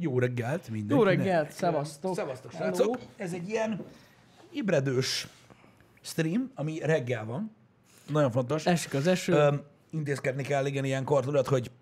Jó reggelt mindenkinek. Jó reggelt, szevasztok. Szevasztok, Hello. srácok. Ez egy ilyen ébredős stream, ami reggel van. Nagyon fontos. Esik az eső. Intézkedni kell, igen, ilyenkor, tudod, hogy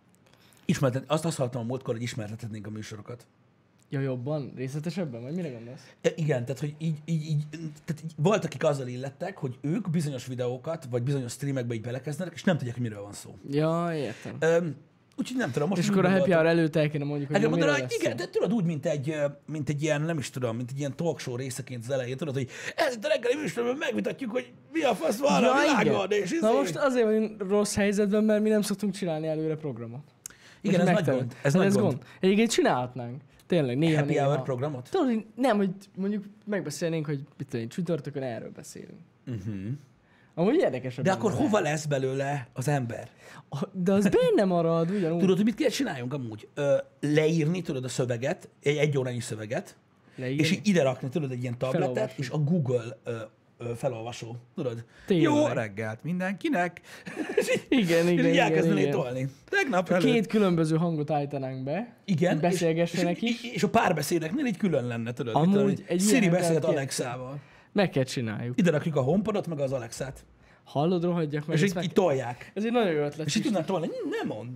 azt hallottam a múltkor, hogy ismertethetnénk a műsorokat. Ja, jobban, részletesebben, vagy mire gondolsz? Igen, tehát, hogy tehát így volt, akik azzal illettek, hogy ők bizonyos videókat, vagy bizonyos streamekbe így belekezdenek, és nem tudják, hogy miről van szó. Ja, értem. Úgyhogy nem tudom, most És akkor a happy hour előtt el kéne mondjuk, hogy mondaná, miről hogy lesz igen, szó. de tudod úgy, mint egy ilyen, nem is tudom, mint egy ilyen talk show részeként az elején, tudod, hogy ez itt a reggeli műsorban megvitatjuk, hogy mi a fasz van a világon, és Na most azért vagyunk rossz helyzetben, mert mi nem szoktunk csinálni előre programot. igen, ez nagy gond. Ez nagy gond. Egyébként csinálhatnánk. Tényleg, néha. Happy hour programot? Tudod, hogy nem, hogy mondjuk megbeszélnénk, hogy mit tudom én, csütörtökön erről beszélünk. Amúgy érdekesebb. De akkor hova lesz belőle az ember? De az benne marad, ugyanúgy. Tudod, hogy mit kell csináljunk amúgy? Leírni, tudod, a szöveget, egy órányi szöveget, Leírni? és így ide rakni, tudod, egy ilyen tabletet, Felolvasó. és a Google felolvasó, tudod? Tényleg. Jó reggelt mindenkinek! Igen, és így elkezdené igen. tolni. Tegnap előtt. Két különböző hangot állítanánk be, Igen, hogy beszélgessenek is. És a párbeszédeknél így külön lenne, tudod? Amúgy mit tudom, egy Siri ilyen beszélt embert Alexával. Meg kell csináljuk. Ide rakjuk a HomePodot, meg az Alexát. Hallod, rohadjak meg. És ezt így, meg- így tolják. Ez egy nagyon jó ötlet. És így tudnánk tolni. Nem mond.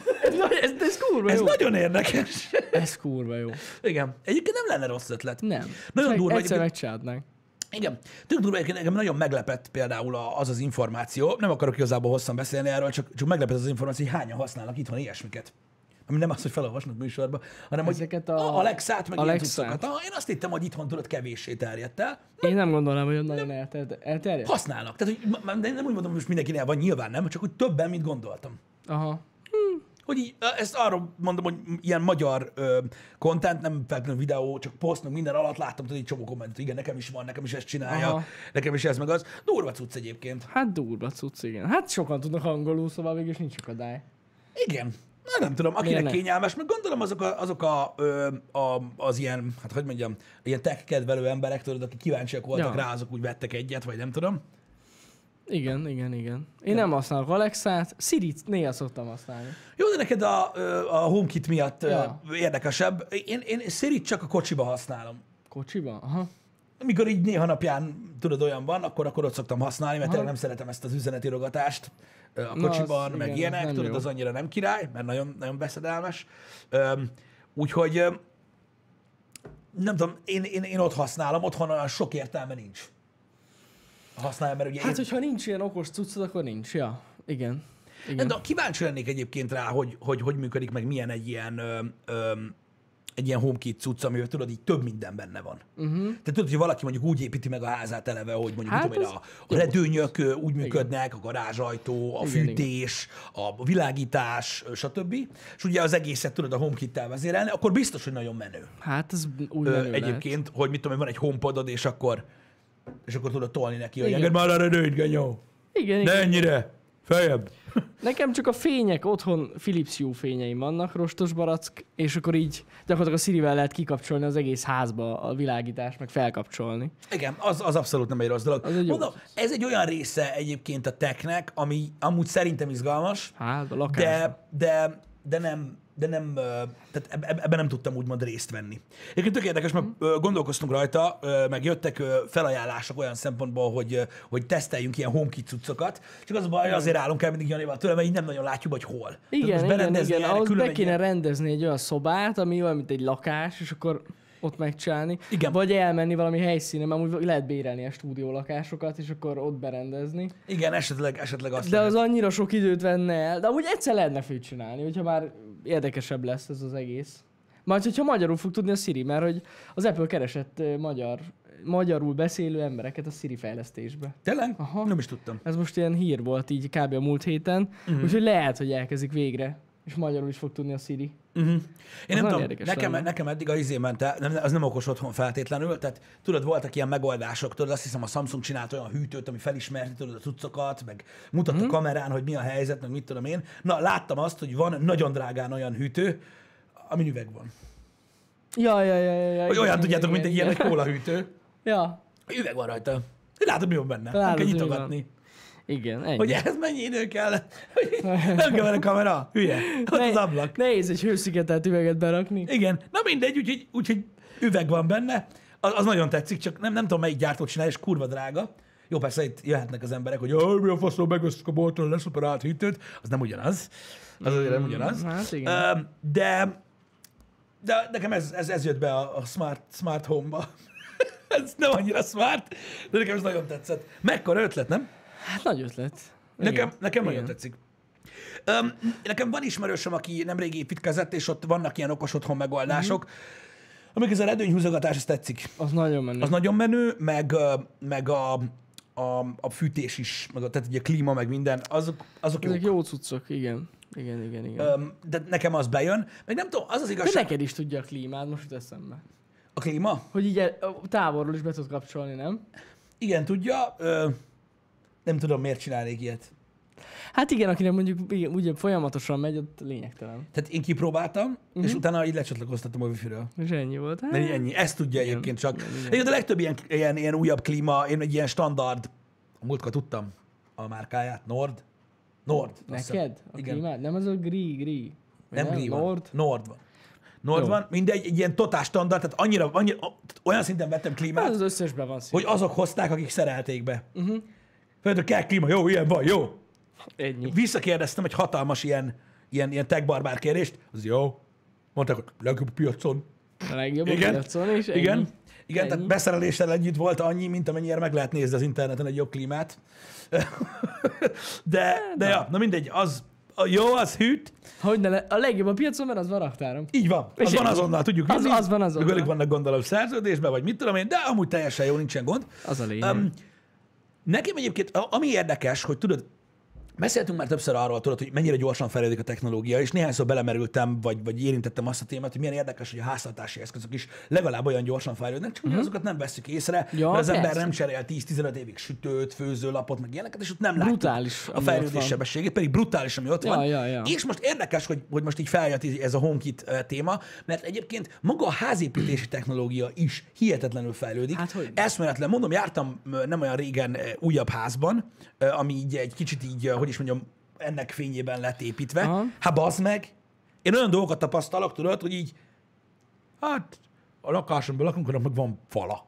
Ez kurva Ez jó. nagyon érdekes. Ez kurva jó. Igen. Egyébként nem lenne rossz ötlet. Nem. Nagyon durva Egyszer egyébként. megcsinálnánk. Igen. Tök durva, egyébként engem nagyon meglepett például az információ. Nem akarok igazából hosszan beszélni erről, csak meglepett az információ, hogy hányan használnak itthon ilyesmiket. Ami nem az, hogy felolvasnak műsorba, hanem Ezeket hogy a- Alexát, meg ilyen Alexát. cuccokat. Én azt hittem, hogy itthon tudod kevéssé terjedt el. Én nem gondolom, hogy nagyon elterjedt. Használnak. Tehát, hogy de nem úgy mondom, hogy most mindenkinél van, nyilván nem, csak hogy többen, mint gondoltam. Aha. Hogy így, ezt arról mondom, hogy ilyen magyar content, nem feltétlenül videó, csak poszt, meg minden alatt láttam, tudod, egy csomó kommentet, igen, nekem is van, nekem is ezt csinálja, Aha. nekem is ez meg az. Durva cucc egyébként. Hát durva cucc, igen. Hát sokan tudnak angolul, szóval végül is nincs akadály. Igen. Na, nem tudom, akinek Miért ne? kényelmes, meg gondolom az ilyen, hát hogy mondjam, ilyen tech kedvelő emberek, tudod, akik kíváncsiak voltak Ja. rá, azok úgy vettek egyet, vagy nem tudom. Igen. Én nem használok Alexát, Sirit néha szoktam használni. Jó, de neked a HomeKit miatt Ja. érdekesebb. Én Siri-t csak a kocsiba használom. Kocsiba? Aha. Amikor így néha napján, tudod, olyan van, akkor ott szoktam használni, mert tényleg nem szeretem ezt az üzenetírogatást a Na, kocsiban, az meg igen, ilyenek, az nem tudod, jó. az annyira nem király, mert nagyon, nagyon beszedelmes. Úgyhogy nem tudom, én ott használom, otthon olyan sok értelme nincs. Használom, mert ugye Hát, hogyha nincs ilyen okos cuccod, akkor nincs, ja. Igen. de kíváncsi lennék egyébként rá, hogy működik, meg milyen egy ilyen HomeKit cucc, amivel tudod, így több minden benne van. Tehát tudod, hogy valaki mondjuk úgy építi meg a házát eleve, hogy mondjuk Hát mit tudom én, az a redőnyök úgy működnek, a garázsajtó, a Igen, fűtés, a világítás, stb. És ugye az egészet tudod a HomeKit-tel vezérelni, akkor biztos, hogy nagyon menő. Hát ez úgy menő lehet. Egyébként, hogy mit tudom én, van egy HomePodod, és akkor tudod tolni neki, hogy Igen. engedd már a redőnyt, genyó! Igen, De igen. ennyire! Feljebb! Nekem csak a fények, otthon Philips Hue fényeim vannak, rostos barack, és akkor így gyakorlatilag a Sirivel lehet kikapcsolni az egész házba a világítást, meg felkapcsolni. Igen, az abszolút nem egy rossz dolog. Az egy jó Mondom, ez egy olyan része egyébként a technek, ami amúgy szerintem izgalmas, Hát, a lakásban. de nem, tehát ebben nem tudtam úgymond részt venni. Egyébként tök érdekes, mert gondolkoztunk rajta, meg jöttek felajánlások olyan szempontból, hogy teszteljünk ilyen HomeKit cuccokat, csak az a baj, hogy azért állunk el mindig Janival tőle, mert így nem nagyon látjuk, hogy hol. Igen, ahhoz külön be egy kéne ilyen- rendezni egy olyan szobát, ami olyan, mint egy lakás, és akkor ott megcsinálni. Igen. Vagy elmenni valami helyszínen, mert amúgy lehet bérelni a stúdió lakásokat, és akkor ott berendezni. Igen, esetleg azt De lehet. az annyira sok időt venne el. De amúgy egyszer lehetne főt csinálni, hogyha már érdekesebb lesz ez az egész. Majd, hogyha magyarul fog tudni a Siri, mert hogy az Apple keresett magyarul beszélő embereket a Siri fejlesztésbe. Tényleg? Aha. Nem is tudtam. Ez most ilyen hír volt így kb. A múlt héten, úgyhogy lehet, hogy elkezdik végre, és magyarul is fog tudni a Siri. Én nem nagyon tudom, érdekes nekem, lenne. nekem eddig a izé ment el, az nem okos otthon feltétlenül, tehát tudod, voltak ilyen megoldások, tudod, azt hiszem a Samsung csinált olyan hűtőt, ami felismerti tudod a cuccokat, meg mutatta kamerán, hogy mi a helyzet, meg mit tudom én. Na, láttam azt, hogy van nagyon drágán olyan hűtő, ami üveg van. Ja. Hogy igen, olyan tudjátok, mint egy ilyen igen. nagy kólahűtő. Ja. Üveg van rajta. Látod, mi van benne. Nem Látod, kell mi nyitogatni. Igen, ennyi. Hogy ehhez mennyi idő kell? Nem kell vele kamera? Hülye. Ott az ablak. Nehéz egy hőszigetelt üveget berakni. Igen. Na mindegy, úgyhogy üveg van benne. Az nagyon tetszik, csak nem tudom, melyik gyártó csinálja, és kurva drága. Jó, persze itt jöhetnek az emberek, hogy mi a faszról megveszünk a bolton leszuperált hűtőt. Az nem ugyanaz. Az azért nem ugyanaz. Hát igen. De nekem ez jött be a smart home-ba. Ez nem annyira smart, de nekem ez nagyon tetszett. Mekkora ötlet, nem? Hát nagy ötlet. Nekem nagyon tetszik. Nekem van ismerősöm, aki nemrég építkezett, és ott vannak ilyen okos otthon megoldások, amik ez a redőnyhúzogatás, ez tetszik. Az nagyon menő. Az nagyon menő, meg a fűtés is, tehát ugye a klíma, meg minden, azok jók. Ezek jó cuccok, igen. Igen. De nekem az bejön, meg nem tudom, az De igazság... neked is tudja a klímád, most jut eszembe. A klíma? Hogy így távolról is be tudod kapcsolni, nem? Igen, tudja. Nem tudom, miért csinálnék ilyet. Hát igen, akinek mondjuk ugye folyamatosan megy, ott lényegtelen. Tehát én kipróbáltam, és utána így lecsatlakoztattam a wifi-ről. És ennyi volt. Hát, Ennyi. Ezt tudja egyébként csak. Igen, de a legtöbb ilyen újabb klíma, én egy ilyen standard, a múltkor tudtam a márkáját, Nord. neked? A Igen. klímád? Nem az a gri. Nem Gri van. Nord? Nord Jó. van, mindegy, egy ilyen totál standard, tehát annyira olyan szinten vettem klímát, Hát az összesben van szív. hogy azok hozták, akik szerelték be. Fölött, kell klíma, jó, ilyen van, jó. Ennyi. Visszakérdeztem egy hatalmas ilyen tech barbár kérést, az jó. Mondták, hogy legjobb a piacon. A legjobb a Igen. piacon, és ennyi. Igen, Ennyi. tehát beszereléssel együtt volt annyi, mint amennyire meg lehet nézni az interneten egy jobb klímát. de ja, na mindegy, jó, az hűt. A legjobb a piacon, mert az van raktáron. Így van. Az És van azonnal, tudjuk az vinni. van azonnal. Velük vannak gondolom szerződésben, vagy mit tudom én, de amúgy teljesen jó, nincsen gond. Az a lényeg. Nekem egyébként, ami érdekes, hogy tudod, beszéltünk már többször arról, tudod, hogy mennyire gyorsan fejlődik a technológia, és néhányszor belemerültem, vagy érintettem azt a témát, hogy milyen érdekes, hogy a háztartási eszközök is legalább olyan gyorsan fejlődnek, csak azokat nem vesszük észre, Ja, mert az ember persze. nem cserél 10-15 évig sütőt, főzőlapot, meg ilyeneket, és ott nem Brutális, látjuk a ami fejlődés ott van. sebességét, pedig brutális, ami ott van. Ja. És most érdekes, hogy most így feljött ez a HomeKit téma, mert egyébként maga a házépítési technológia is hihetetlenül fejlődik. Hát hogy? Eszméletlen, mondom, jártam nem olyan régen újabb házban, ami így egy kicsit így, hogy is mondjam, ennek fényében lett építve. Aha. Hát bazd meg, én olyan dolgokat tapasztalok, tudod, hogy így, hát a lakásomban lakunk, annak meg van fala.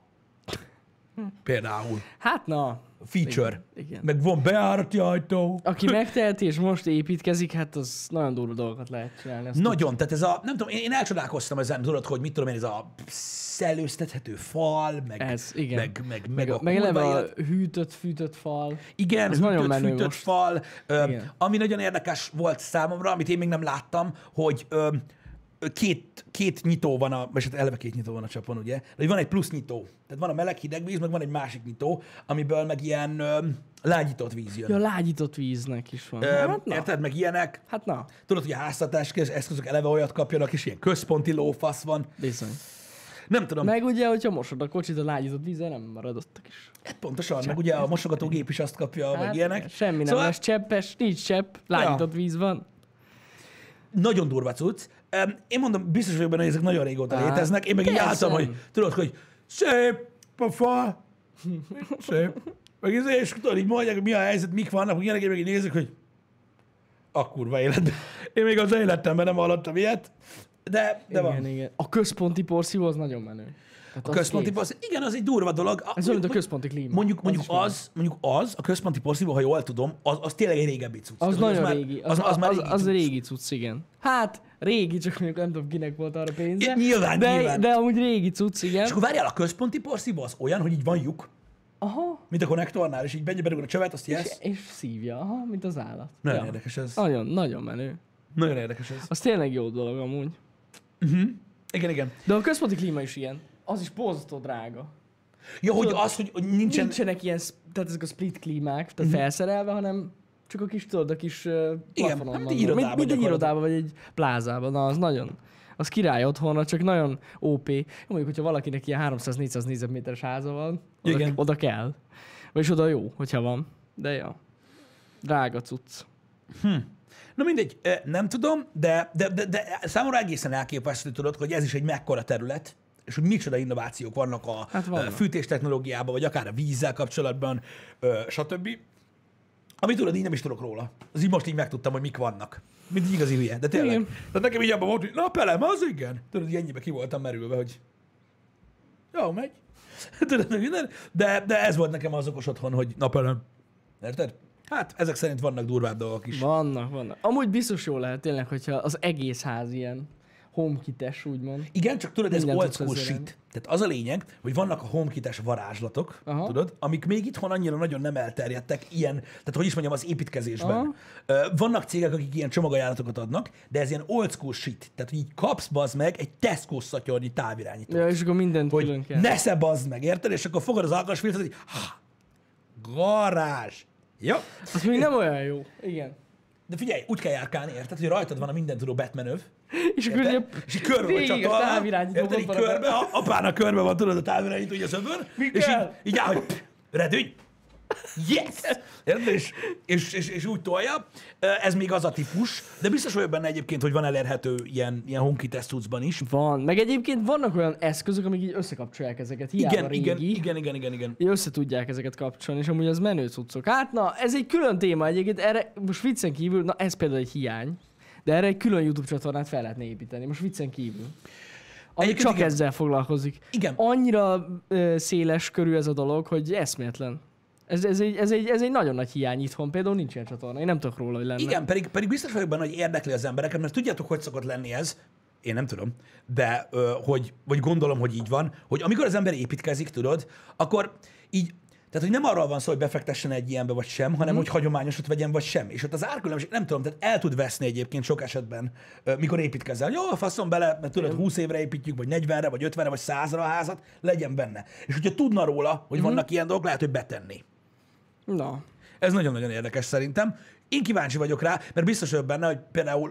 Például. Hát na. Feature. Igen. Meg van beárati ajtó. Aki megteheti és most építkezik, hát az nagyon durva dolgokat lehet csinálni. Azt Nagyon, tehát ez a, nem tudom, én elcsodálkoztam ezen, tudod, hogy mit tudom én, ez a szellőztethető fal, meg, Ez, igen. meg a Meg eleve kurva a élet. fűtött fal. Igen, az nagyon menő hűtött most. fal. Igen. Ami nagyon érdekes volt számomra, amit én még nem láttam, hogy két nyitó van, vagy hát eleve két nyitó van a csapon, ugye? De hogy van egy plusz nyitó. Tehát van a meleg-hideg víz, meg van egy másik nyitó, amiből meg ilyen lágyított víz jön. Ja, lágyított víznek is van. Hát na. Érted? Meg ilyenek. Hát na, Tudod, hogy a háztartási eszközök eleve olyat kapjanak, és ilyen központi lófasz van. bizony. Nem tudom. Meg ugye, hogyha mosod a kocsit, a lágyított vízzel nem maradottak is. Hát pontosan, meg ugye a mosogatógép is azt kapja, meg ilyenek. Semmi nem Szóval- lesz cseppes, nincs csepp, lágyított víz van. Nagyon durva cucc. Én mondom, biztos vagyok benne, hogy ezek nagyon régóta Á, léteznek. Én meg így persze. álltam, hogy tudod, hogy szép a fal, szép. Meg és tudod, így mondják, hogy mi a helyzet, mik vannak, meg ilyenek, én meg így nézek, hogy a kurva életben. Én még az életemben nem hallottam ilyet, de van. Igen. A központi porszívó az nagyon menő. Tehát A az központi kész. porszívó, igen, az egy durva dolog. Ez olyan, mint a központi klíma. Mondjuk is menő. az, a központi porszívó, ha jól tudom, az tényleg egy régebbi cucc. Az Tehát, nagyon már- régi. Az már régi az cucc. régi cucc, igen. Hát, régi, csak mondjuk nem tudom, kinek volt arra pénze. Nyilván. De amúgy régi cucc, igen. És akkor várjál, a központi porszívó az olyan, hogy így van lyuk, Aha. mint a konnektornál, és így bedugod a csövet, azt yes. És szívja, aha, mint az állat. Nagyon érdekes ez. Nagyon menő. Nagyon érdekes ez. Az tényleg jó dolog amúgy. Igen. De a központi klíma is ilyen. Az is borzasztó drága. Ja, hogy Tudod, az, hogy nincsen... Nincsenek ilyen, tehát ezek a split klímák, tehát felszerelve, hanem csak a kis, tudod, a kis plafonon hát van. egy irodában Mint egy gyakorlatilag. irodában, vagy egy plázában. Na, az nagyon. Az király otthonra, csak nagyon OP. Mondjuk, hogyha valakinek ilyen 300-400 négyzetméteres háza van, Igen. oda kell. Vagyis oda jó, hogyha van. De ja. Drága cucc. Na mindegy, nem tudom, de számomra egészen elképesztő, tudod, hogy ez is egy mekkora terület, és hogy micsoda innovációk vannak a Hát vannak. fűtéstechnológiában, vagy akár a vízzel kapcsolatban, stb. Amit tudod, így nem is tudok róla. Az így most így megtudtam, hogy mik vannak. Mint egy igazi hülye, de tényleg. Igen. Tehát nekem így abban volt, hogy na Pelem, az igen. Tudod, így ennyibe ki voltam merülve, hogy jó, megy. Tudod, minden. De ez volt nekem az okos otthon, hogy na Pelem. Érted? Hát ezek szerint vannak durvább dolgok is. Vannak. Amúgy biztos jó lehet tényleg, hogyha az egész ház ilyen HomeKit-es, úgymond. Igen, csak tudod, ez Mindent old tudsz school ezzel shit. Tehát az a lényeg, hogy vannak a HomeKit-es varázslatok, Aha. tudod, amik még itthon annyira nagyon nem elterjedtek, ilyen, tehát hogy is mondjam, az építkezésben. Aha. Vannak cégek, akik ilyen csomagajánlatokat adnak, de ez ilyen old school shit. Tehát, hogy így kapsz, bazd meg, egy Tesco szatyornyi távirányítót. Ja, és akkor mindent külön Hogy kell. nesze bazd meg, érted? És akkor fogod az alkalmasfilmet, hogy garázs. Jó. Az még nem olyan jó. Igen. De figyelj, úgy kell járkálni, érted, hogy rajtad van a mindentudó Batmanöv, És akkor érted? ugye És így körbe van végig a csatolva, távirányítók érted, így ott vannak körbe, apának körbe van, tudod, a távirányító, így a szöbön, Mi és kell? így áll, hogy redőny, yes! Érted? És úgy tolja. Ez még az a típus, de biztos vagyok benne egyébként, hogy van elérhető ilyen HomeKit cuccban is. van. Meg egyébként vannak olyan eszközök, amik így összekapcsolják ezeket. Hiába régi. Igen. Így össze tudják ezeket kapcsolni, és amúgy az menő cuccok. Hát na, ez egy külön téma egyébként, erre most viccen kívül, na ez például egy hiány, de erre egy külön YouTube csatornát fel lehetne építeni, most viccen kívül. Ami Egyébként csak igen. ezzel foglalkozik. Igen. Annyira széles körű ez a dolog, hogy eszméletlen. Ez egy nagyon nagy hiány itthon, például nincs ilyen csatorna, én nem tudok róla, hogy lenne. Igen, pedig biztos vagyok benne, hogy érdekli az embereket, mert tudjátok, hogy szokott lenni ez, én nem tudom, de vagy gondolom, hogy így van, hogy amikor az ember építkezik, tudod, akkor így, tehát hogy nem arról van szó, hogy befektessen egy ilyenbe vagy sem, hanem hogy hagyományosat vegyen vagy sem. És ott az árkülönbség, nem tudom, tehát el tud veszni egyébként sok esetben, mikor építkezel. Jó, faszom bele, mert tudod, 20 évre építjük, vagy 40-re, vagy 50-re, vagy 100-ra a házat, legyen benne. És hogyha tudna róla, hogy vannak ilyen dolgok, lehet, hogy betenni. Na, Ez nagyon-nagyon érdekes szerintem. Én kíváncsi vagyok rá, mert biztos vagyok benne, hogy például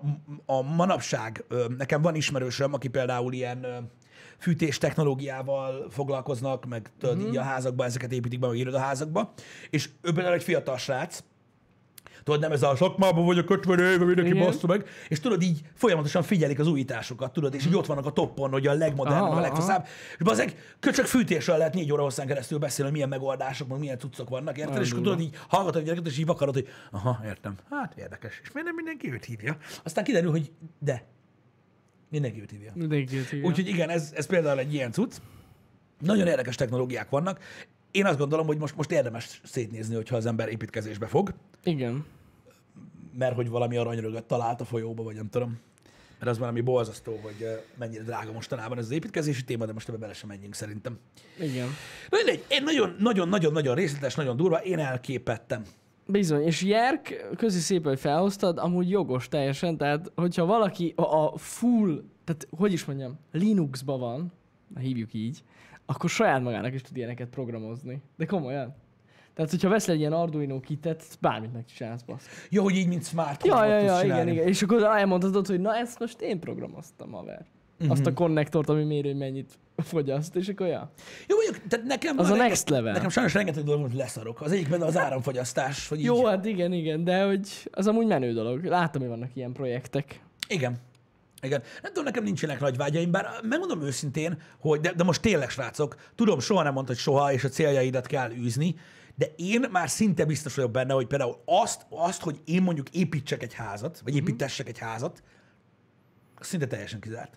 a manapság, nekem van ismerősöm, aki például ilyen fűtés technológiával foglalkoznak, meg tudod, így a házakba, ezeket építik be, meg irodaházakba, és ő például egy fiatal srác, tudod, nem ez a szakmában vagyok 50 éve, mindenki Igen. bassza meg, és tudod, így folyamatosan figyelik az újításokat, tudod, és így ott vannak a toppon, hogy a legmodernebb, a legfaszább, és bazzeg, csak fűtésről lehet 4 óra hosszán keresztül beszélni, hogy milyen megoldások, meg milyen cuccok vannak, érted? Nagyon És akkor durva. tudod, így hallgatod a gyereket, és így vakarod, hogy aha, értem, hát érdekes. És miért nem mindenki őt hívja? Aztán kiderül, hogy de. Mindenki őt hívja. mindenki igen. Úgyhogy igen, ez például egy ilyen cucc. Nagyon érdekes technológiák vannak. Én azt gondolom, hogy most érdemes szétnézni, hogyha az ember építkezésbe fog, Igen. mert hogy valami aranyrögöt talált a folyóba, vagy nem tudom. Mert az valami borzasztó, hogy mennyire drága mostanában ez az építkezési téma, de most ebbe bele sem menjünk szerintem. Igen. Na mindegy, én nagyon részletes, nagyon durva, én elképettem. Bizony, és Jerk, közi szépen, hogy felhoztad, amúgy jogos teljesen, tehát hogyha valaki a full, tehát hogy is mondjam, Linuxba van, na hívjuk így, akkor saját magának is tud ilyeneket programozni. De komolyan. Tehát, hogyha veszel egy ilyen Arduino kitet, bármit megcsinálsz, basz. Jó, hogy így, mint smart Ja, home-ot tudsz igen, csinálni. igen. És akkor elmondhatod, hogy na ezt most én programoztam, haver. Azt a konnektort, ami mérő, hogy mennyit fogyaszt, és akkor ja. Jó, mondjuk, tehát nekem Az van a next level. Nekem sajnos rengeteg dolog, hogy leszarok. Az egyik benne az áramfogyasztás, hogy így... Jó, hát igen, de hogy az amúgy menő dolog. Látom, hogy vannak ilyen projektek. Igen. Igen. Nem tudom, nekem nincsenek nagy vágyaim, bár megmondom őszintén, hogy de most tényleg, srácok, tudom, soha nem mondtad soha, és a céljaidat kell űzni, de én már szinte biztos vagyok benne, hogy például azt hogy én mondjuk építsek egy házat, vagy építessek egy házat, az szinte teljesen kizárt.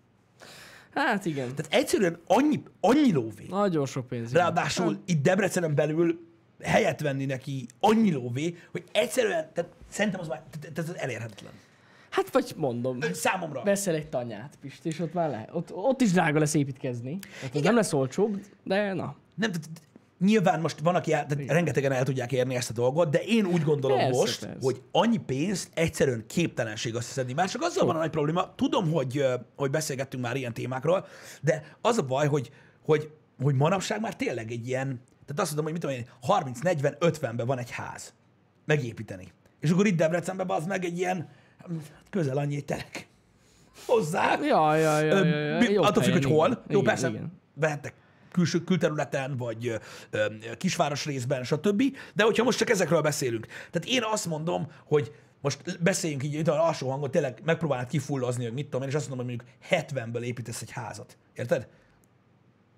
Hát igen. Tehát egyszerűen annyi lóvé. Nagyon sok pénz. Ráadásul itt Debrecenen belül helyet venni neki annyi lóvé, hogy egyszerűen, tehát szerintem az már ez elérhetetlen. Hát vagy mondom, Számomra. veszel egy tanyát, Pisti, és ott már lehet. Ott is drága lesz építkezni. Tehát az nem lesz olcsóbb, de na. Nem, nyilván most van, aki tehát rengetegen el tudják érni ezt a dolgot, de én úgy gondolom Persze. hogy annyi pénzt egyszerűen képtelenség összeszedni. Már csak azzal van a nagy probléma. Tudom, hogy beszélgettünk már ilyen témákról, de az a baj, hogy manapság már tényleg egy ilyen, tehát azt mondom, hogy mit tudom én, 30, 40, 50-ben van egy ház megépíteni. És akkor itt Debrecenben az meg egy ilyen, közel annyi egy telek. Hozzák. Ja. Jobb Attól függ, helyen, hogy hol. igen. Jó, Igen, persze, igen. vehettek külterületen, vagy kisváros részben, stb. De hogyha most csak ezekről beszélünk. Tehát én azt mondom, hogy most beszéljünk így, a alsó hangon, tényleg megpróbálnád kifullozni, hogy mit tudom én, és azt mondom, hogy mondjuk 70-ből építesz egy házat. Érted?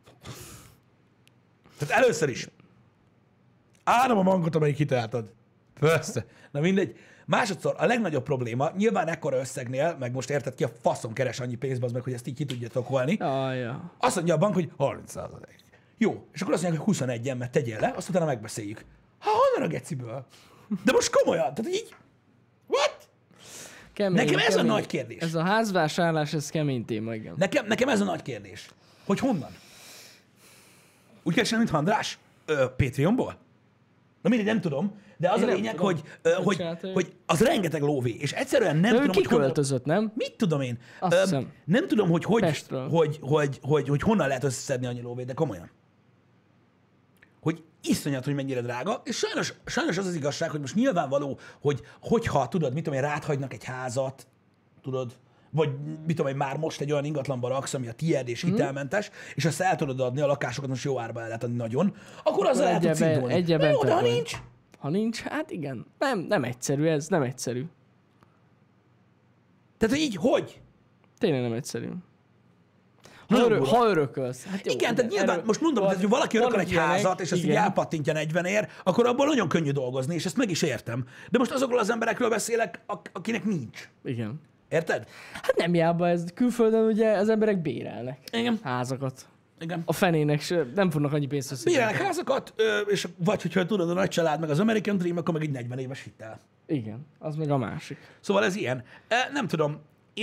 Tehát először is áram a mankot, amelyik hiteltad. Persze. Na mindegy. Másodszor a legnagyobb probléma, nyilván ekkora összegnél, meg most érted ki a faszom keres annyi pénzbe, az meg, hogy ezt így ki tudjátok holni. Ja. Azt mondja a bank, hogy 30%. Jó. És akkor azt mondják, hogy 21-en, mert tegyél le, azt utána megbeszéljük. Honnan a geciből? De most komolyan, tehát így, what? Kemény, Nekem ez kemény. a nagy kérdés. Ez a házvásárlás, ez kemény téma, igen. Nekem ez a nagy kérdés. Hogy honnan? Úgy kell csinálni, mint András? Patreonból? Na mindegy, nem tudom. De az Én a nem lényeg, tudom. hogy az rengeteg lóvé. És egyszerűen nem De ő tudom, hogy honnan... kiköltözött, nem? Mit tudom én? Azt hiszem. Nem tudom, Pestről. hogy honnan lehet összeszedni annyi lóvét, de komolyan. Hogy iszonyat, hogy mennyire drága, és sajnos az az igazság, hogy most nyilvánvaló, hogyha tudod, mit tudom én, rád hagynak egy házat, tudod, vagy mit tudom én, már most egy olyan ingatlanba raksz, ami a tied és hitelmentes, és azt el tudod adni, a lakásokat most jó árba el lehet adni nagyon, akkor azzal el tudsz indulni. egyeben Jó, de ha több vagy. nincs, Ha nincs, hát igen. Nem egyszerű ez, nem egyszerű. tehát így hogy? Tényleg nem egyszerű. Nagyon durva. Ha örökölsz. Hát jó, Igen, tehát nyilván, most mondom, hogy valaki örököl egy házat, és azt így elpattintja 40-ért, akkor abból nagyon könnyű dolgozni, és ezt meg is értem. De most azokról az emberekről beszélek, akinek nincs. Igen. Érted? Hát nem hiába ez. Külföldön ugye az emberek bérelnek Igen. házakat. Igen. A fenének se, nem fognak annyi pénzt összegyűjteni. Bérelnek házakat, és vagy hogyha tudod, a nagy család, meg az American Dream, akkor meg egy 40 éves hitel. Igen, az meg a másik. Szóval ez ilyen. Nem tudom.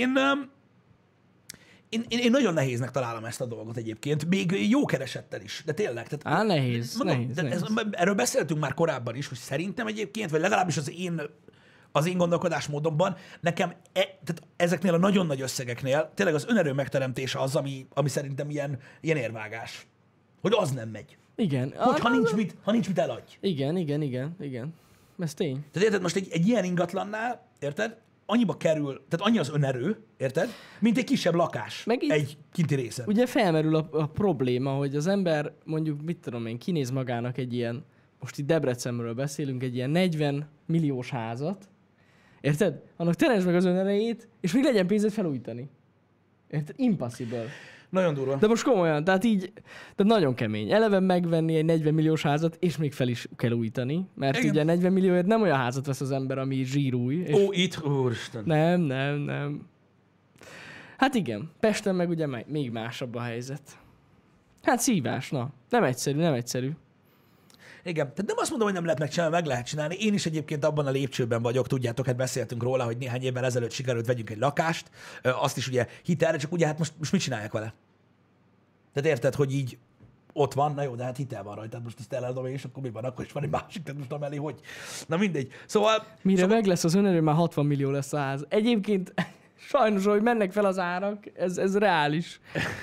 Én nagyon nehéznek találom ezt a dolgot egyébként, még jó keresettel is, de tényleg. Tehát, Nehéz, mondom, nehéz, de nehéz. erről beszéltünk már korábban is, hogy szerintem egyébként, vagy legalábbis az én gondolkodásmódomban, nekem tehát ezeknél a nagyon nagy összegeknél tényleg az önerő megteremtése az, ami szerintem ilyen érvágás. Hogy az nem megy. Igen. Hogy ha nincs mit eladj. Igen. Ez tény. Tehát érted, most egy ilyen ingatlannál, érted, annyiba kerül, tehát annyi az önerő, érted, mint egy kisebb lakás Meg itt- egy kinti részen. Ugye felmerül a probléma, hogy az ember mondjuk, mit tudom én, kinéz magának egy ilyen, most itt Debrecenről beszélünk, egy ilyen 40 milliós házat, érted? Annak teresd meg az önerejét, és még legyen pénzed felújítani. Érted? Impossible. Nagyon durva. De most komolyan, tehát nagyon kemény. Eleve megvenni egy 40 milliós házat, és még fel is kell újítani, mert Igen. ugye 40 millióért nem olyan házat vesz az ember, ami zsírúj. És Itt, úristen. nem. Hát igen, Pesten meg ugye még másabb a helyzet. Hát szívás, na. Nem egyszerű. Igen, tehát nem azt mondom, hogy nem lehet megcsinálni, meg lehet csinálni. Én is egyébként abban a lépcsőben vagyok, tudjátok, hát beszéltünk róla, hogy néhány évvel ezelőtt sikerült vegyünk egy lakást, azt is ugye hitelre, csak ugye hát most mit csinálják vele? Tehát érted, hogy így ott van, na jó, de hát hitel van rajta, tehát most ezt eladom és akkor mi van, akkor is van egy másik, tehát most amellé, hogy. Na mindegy. Szóval Mire meg lesz az önerő, már 60 millió lesz a ház. Egyébként sajnos, hogy mennek fel az árak, ez reális.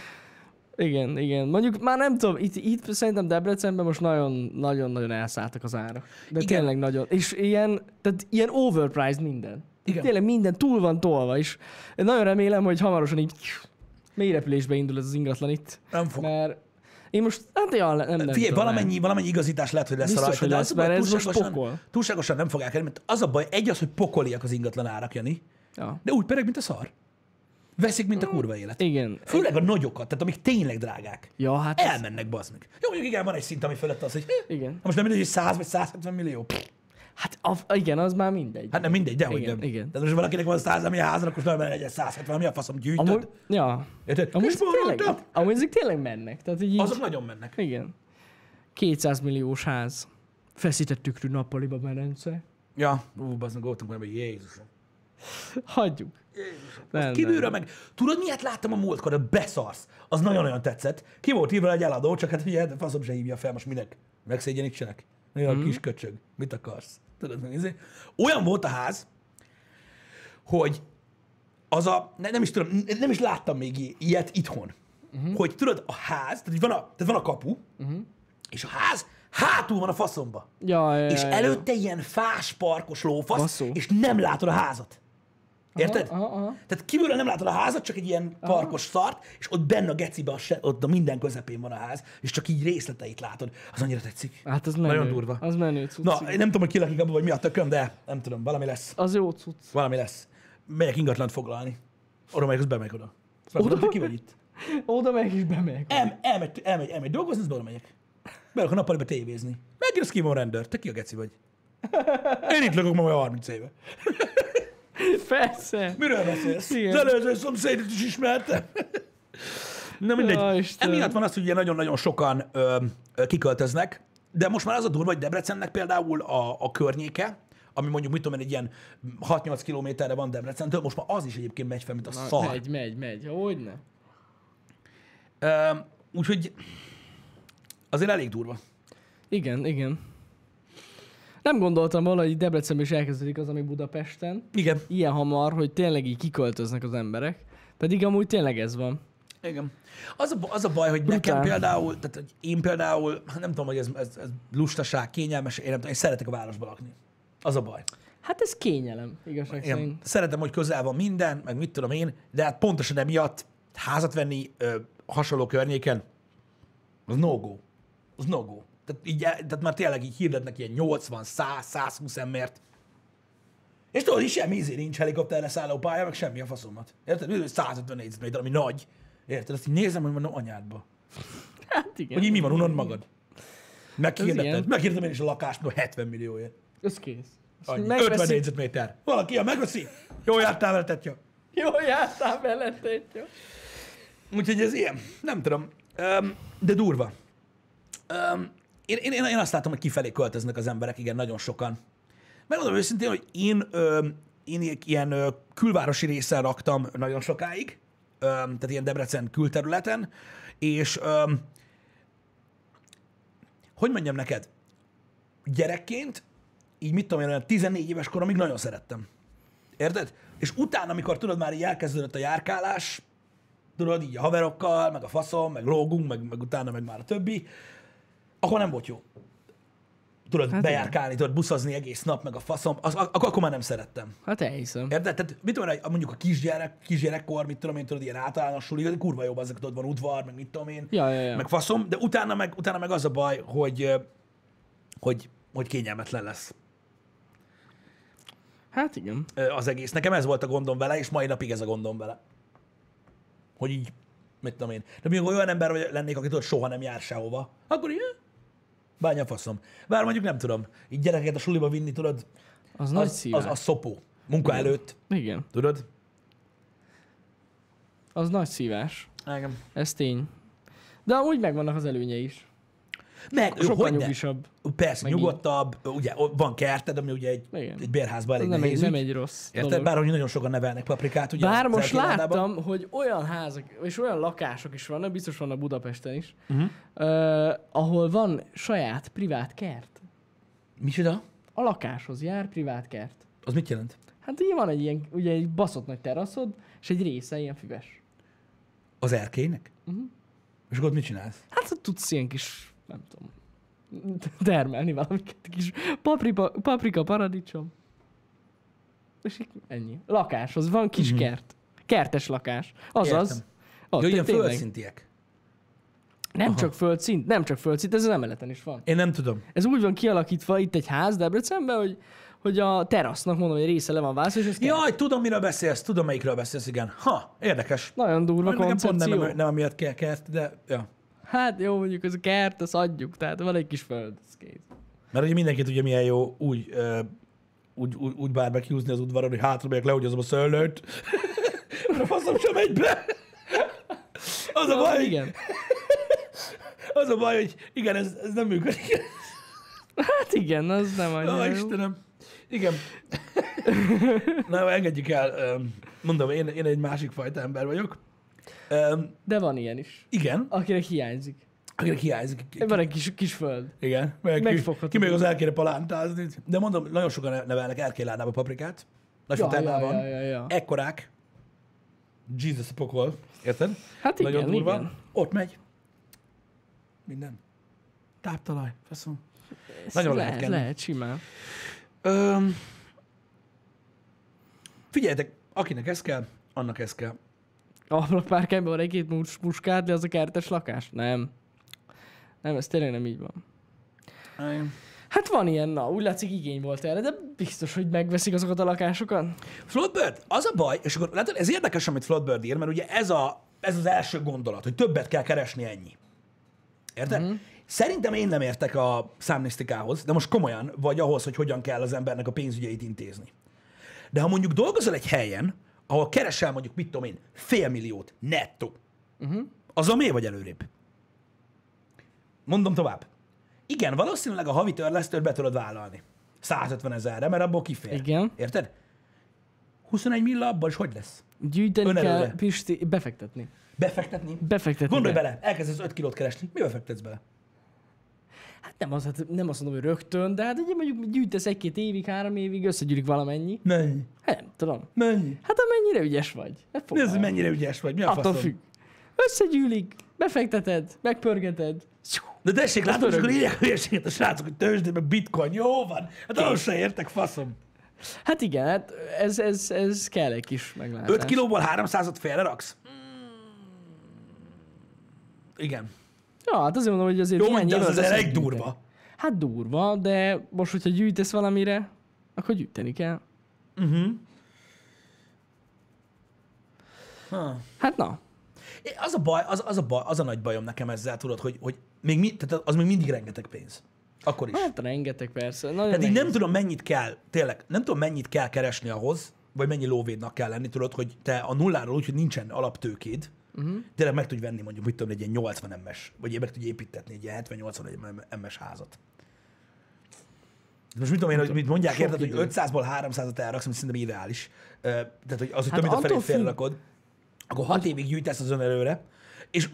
Igen. Mondjuk már nem tudom, itt szerintem Debrecenben most nagyon elszálltak az árak. De Igen. tényleg nagyon. És ilyen overpriced minden. Igen. Tényleg minden túl van tolva is. Én nagyon remélem, hogy hamarosan így mély repülésbe indul ez az ingatlan itt. nem fog. Mert én most, hát ja, nem Figyelj, tudom, valamennyi igazítás lehet, hogy lesz Biztos, rajta, hogy de lesz, az a baj, mert ez most túlságosan- pokol. túlságosan nem fogják elérni, mert az a baj, az, hogy pokoliak az ingatlan árak, Jani, Ja. de úgy pereg, mint a szar. Veszik, mint a kurva élet. Igen. Főleg a nagyokat, tehát amik tényleg drágák. Ja, hát ez, Elmennek, bazd meg. Jó, mondjuk igen, van egy szint, ami fölött az, hogy igen. most nem mindegy, hogy 100 vagy 170 millió. Hát igen, az már mindegy. Hát nem mindegy, dehogy Igen, nem. igen. Tehát most valakinek van 100 ami a háznak, akkor nem legyen 170, mi a faszom gyűjtöd. Amúgy, ja. Érted? Amúgy És ezek tényleg, spóroltam. amúgy ezek tényleg mennek. Tehát így, Azok nagyon mennek. igen. 200 milliós ház. Feszített tükrű nappaliba medence. Ja, bazd meg, voltunk már, hogy Jézusom. Hagyjuk. Nem, Kívülről meg, tudod miért láttam a múltkor, a beszarsz. Az nagyon-nagyon tetszett. Ki volt hívva egy eladó, csak hát ugye faszom se hívja fel, most minek? Megszégyenítsenek? Olyan kis köcsög. Mit akarsz? Tudod, meg olyan volt a ház, hogy az nem is tudom, nem is láttam még ilyet itthon. Hogy tudod, a ház, tehát van a kapu, és a ház hátul van a faszomba. Ja. És előtte ilyen fás parkos lófasz, Basszú. és nem látod a házat. Érted? Aha. Tehát kívülről nem látod a házat, csak egy ilyen parkos szart, és ott benne a gecibe, ott a minden közepén van a ház, és csak így részleteit látod. Az annyira tetszik. Hát az menő. Nagyon durva. Az menő cucc. Na, én nem tudom, hogy ki lakik abban, vagy mi a tököm, de nem tudom, valami lesz. Az jó cucc. Valami lesz. Megyek ingatlant foglalni. Oda megyek, az bemegyek oda. Azt mondom, hogy ki vagy itt. Oda meg is bemegyek. Elmegy dolgozni, azt oda megyek. Beülök a nappaliba tévézni. Megint az ki van rendőr. Te ki a geci vagy? Én itt lakok ma már 30 éve. Persze. Miről beszélsz? Igen. Az előző szomszédot is ismertem. Na mindegy. Ja, Istenem. Emiatt van az, hogy ugye nagyon-nagyon sokan kiköltöznek, de most már az a durva, hogy Debrecennek például a környéke, ami mondjuk, mit tudom én, egy ilyen 6-8 kilométerre van Debrecentől, most már az is egyébként megy fel, mint a szar. Megy. Hogyne? Úgyhogy azért elég durva. Igen. Nem gondoltam volna, hogy Debrecenben is elkezdődik az, ami Budapesten. Igen. Ilyen hamar, hogy tényleg így kiköltöznek az emberek. Pedig amúgy tényleg ez van. Igen. Az a baj, hogy nekem például, tehát hogy én például, nem tudom, hogy ez lustaság, kényelmes, én nem tudom, én szeretek a városba lakni. Az a baj. Hát ez kényelem, igazság Igen. szerint. Szeretem, hogy közel van minden, meg mit tudom én, de hát pontosan emiatt házat venni hasonló környéken, az no-go. Az no-go. Tehát már tényleg így hirdetnek ilyen 80, 100, 120 embert. És tudod, is semmi nincs helikopterre szálló pálya, meg semmi a faszomat. Érted? 150 négyzetméter, ami nagy. Érted? Azt így nézem, hogy mondom, anyádba. Hát igen. Hogy így mi van, unod magad. igen. Meghirdetem én is a lakást, 70 millióért. Ez kész. Annyi. 50 négyzetméter. Valaki megveszi. Jó jártál vele, tetja. Jó jártál vele, tetja. Úgyhogy ez ilyen. Nem tudom. De durva. Én azt látom, hogy kifelé költöznek az emberek, igen, nagyon sokan. Megmondom őszintén, hogy én ilyen külvárosi részen raktam nagyon sokáig, tehát ilyen Debrecen külterületen, és hogy mondjam neked, gyerekként, így mit tudom én, olyan 14 éves koromig nagyon szerettem. Érted? És utána, amikor tudod, már így elkezdődött a járkálás, tudod, így a haverokkal, meg a faszom, meg lógunk, meg utána meg már a többi, akkor nem volt jó. Tudod, hát bejárkálni, tudod, buszozni egész nap, meg a faszom, akkor már nem szerettem. Hát elhiszem. Érted? Tehát mit tudom én, mondjuk a kisgyerekkor, mit tudom én, tudod, ilyen általános suli, kurva jobb azok, tudod, van udvar, meg mit tudom én, Ja. meg faszom, de utána meg az a baj, hogy kényelmetlen lesz Hát igen. az egész. Nekem ez volt a gondom vele, és mai napig ez a gondom vele. Hogy így, mit tudom én. De mondjuk olyan ember lennék, aki tudod, soha nem jár sehova, akkor így, bánya faszom. Bár mondjuk nem tudom, így gyerekeket a suliba vinni, tudod, Az nagy szívás. az szopó. Munka előtt, Igen. tudod? Az nagy szívás. Igen. Ez tény. De amúgy megvannak az előnyei is. Meg, Sokkal nyugisabb. Persze, Meg nyugodtabb, ugye van kerted, ami ugye egy bérházban elég nehéz. Nem egy rossz Érted? dolog. Bárhogy nagyon sokan nevelnek paprikát, ugye? Bár az most Elkéládában. láttam, hogy olyan házak és olyan lakások is vannak, biztos vannak Budapesten is, ahol van saját privát kert. Micsoda? A lakáshoz jár privát kert. Az mit jelent? Hát így van egy ilyen, ugye egy baszott nagy teraszod, és egy része ilyen füves. Az erkélynek? És akkor ott mit csinálsz? Hát ott tudsz ilyen kis, nem tudom, termelni valamiket, kis paprika, paradicsom. És így ennyi. Lakáshoz van kis kert. Kertes lakás. Azaz. Értem. Ott, Jó, ilyen tényleg. földszintiek. Nem csak földszint, ez az emeleten is van. Én nem tudom. Ez úgy van kialakítva itt egy ház Debrecenben, hogy a terasznak mondom, hogy része le van választva, és ez kert. Jaj, tudom, miről beszélsz, tudom, melyikről beszélsz, igen. Ha, érdekes. Nagyon durva Nekem pont koncepció. nem amiatt kert, de ja. Hát jó, mondjuk ez a kert, azt adjuk, tehát van egy kis föld, ez kész. Mert ugye mindenki tudja, milyen jó úgy barbecue-zni az udvaron, hogy hátra megyek, lehogyozom a szőlőt. A faszom sem megy be. Az a baj, Igen. az a baj, hogy igen, ez nem működik. Hát igen, az nem annyira jó. Istenem. Igen. Na, jó, engedjük el. Mondom, én egy másik fajta ember vagyok. De van ilyen is. Igen. Akinek hiányzik. Akinek hiányzik. Van egy kis föld. Igen. Megfogható. Ki még az el kéne palántázni. De mondom, nagyon sokan nevelnek erkélyládába paprikát. Nagyfaternál van. Ja. Ekkorák. Jesus a pokol. Érted? Hát Nagyon igen, durva. igen. Ott megy. Minden. Táptalaj. Faszom. Ez Nagyon lehet kenni. Lehet, simán. Figyeljetek, akinek ez kell, annak ez kell. Ablakpárkányban van egy-két muskátli, az a kertes lakás? Nem. Nem, ez tényleg nem így van. Hát van ilyen, na, úgy látszik igény volt erre, de biztos, hogy megveszik azokat a lakásokat. Floodbird, az a baj, és akkor látod, ez érdekes, amit Floodbird ír, mert ugye ez az első gondolat, hogy többet kell keresni, ennyi. Érted? Szerintem én nem értek a számlisztikához, de most komolyan, vagy ahhoz, hogy hogyan kell az embernek a pénzügyeit intézni. De ha mondjuk dolgozol egy helyen, ahol keresel mondjuk, mit tudom én, 500 000 nettó, azon miért vagy előrébb? Mondom tovább. Igen, valószínűleg a havi törlesztőt be tudod vállalni. 150 000-re, mert abból kifér. Igen. Érted? 21 milla abban is hogy lesz? Gyűjteni Önerőre. kell, Pisti, befektetni. Befektetni? Befektetni. Gondolj be. bele, elkezdesz 5 kilót keresni, mivel fektetsz bele? Hát nem azt mondom, hogy rögtön, de hát ugye mondjuk gyűjtesz 1-2 évig, 3 évig, összegyűlik valamennyi. Mennyi? Hát nem tudom. Mennyi? Hát amennyire ügyes vagy. Mi az, hogy mennyire ügyes vagy? Mi a Attól faszom? függ. Összegyűlik, befekteted, megpörgeted. De tessék, látod, és örök. akkor írják a hülyeséget a srácok, hogy tőzsdén, meg bitcoin. Jó van. Hát ahhoz se értek, faszom. Hát igen, hát ez kell egy kis meglátás. 5 kilóból 300-at félre raksz? Igen. Ja, hát azért mondom, hogy azért Jó, néhány mondja, az évet azért össze elég gyűjteni. durva. Hát durva, de most, hogyha gyűjtesz valamire, akkor gyűjteni kell. Hát na. Az a baj, az a nagy bajom nekem ezzel, tudod, hogy még tehát az még mindig rengeteg pénz. Akkor is. Hát rengeteg persze. Nagyon Tehát így nehéz. nem tudom, mennyit kell, tényleg, nem tudom, mennyit kell keresni ahhoz, vagy mennyi lóvédnak kell lenni, tudod, hogy te a nulláról úgy, hogy nincsen alaptőkéd, tényleg meg tudj venni mondjuk, mit tudom, egy ilyen 80 M-es, vagy meg tudj építetni egy ilyen 70-80 M-es házat. Most mit tudom én, hogy mit mondják, Sok érted, hogy idő. 500-ból 300-at elraksz, ami szerintem ideális. Tehát, hogy az, hogy Hát több mint a felét attól függ. félrakod, akkor 6 évig gyűjtesz az önerőre, és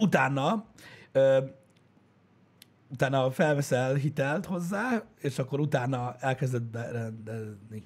utána felveszel hitelt hozzá, és akkor utána elkezded berendezni.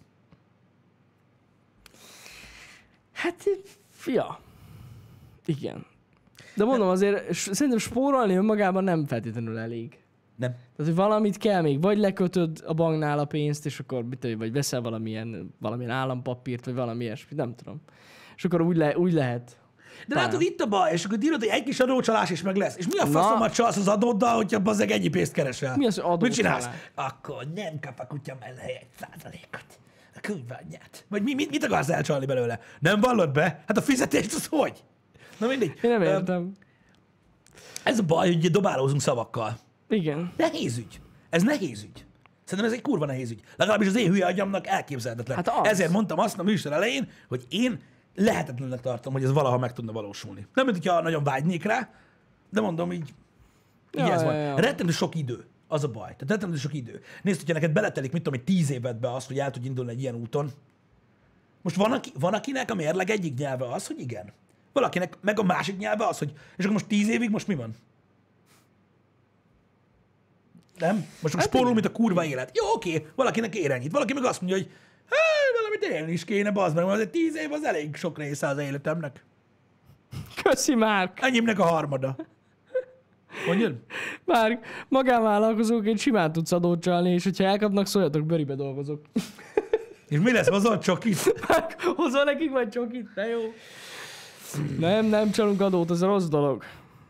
Hát, fia. Igen. De mondom, azért szerintem spórolni önmagában nem feltétlenül elég. Nem. Tehát, hogy valamit kell még, vagy lekötöd a banknál a pénzt, és akkor vagy veszel valamilyen állampapírt, vagy valami ilyesmit, nem tudom. És akkor úgy lehet. De látod, itt a baj, és akkor írod, hogy egy kis adócsalás is meg lesz. És mi a Na. faszomat csalsz az adóddal, hogyha bazzeg ennyi pénzt keresel? Mi az, hogy Mit csinálsz? adócsalás? Akkor nem kap a kutya mellé 1%-ot. A kurványát. Vagy mit akarsz elcsalni belőle? Nem vallod be? Hát a fizetést az hogy? Na mindegy. Én nem értem. Ez a baj, hogy dobálózunk szavakkal. Igen. Nehéz ügy. Ez nehéz ügy. Szerintem ez egy kurva nehéz ügy. Legalábbis az én hülye agyamnak elképzelhetetlen. Hát az. Ezért mondtam azt a műsor elején, hogy én lehetetlennek tartom, hogy ez valaha meg tudna valósulni. Nem, mint hogyha nagyon vágynék rá, de mondom így ez van. Rettentő sok idő. Az a baj. Tehát rettentő sok idő. Nézd, hogyha neked beletelik, mit tudom, egy 10 évedbe az, hogy el tudj indulni egy ilyen úton. Most van akinek a mérleg egyik nyelve az, hogy igen. Valakinek meg a másik nyelve az, hogy és akkor most 10 évig most mi van? Nem? Most spórolunk, mint a kurva élet. Jó, oké, valakinek ér ennyit. Valaki meg azt mondja, hogy valamit élni is kéne, bazd meg, mert 10 év az elég sok része az életemnek. Köszi, Márk. Enyémnek a harmada. Mondjad? Márk, magánvállalkozóként simán tudsz adót csalni, és hogyha elkapnak, szóljatok, bőribe dolgozok. És mi lesz, hozol csokit? Márk, hozol nekik vagy csokit? De jó. Nem csalunk adót, ez a rossz dolog.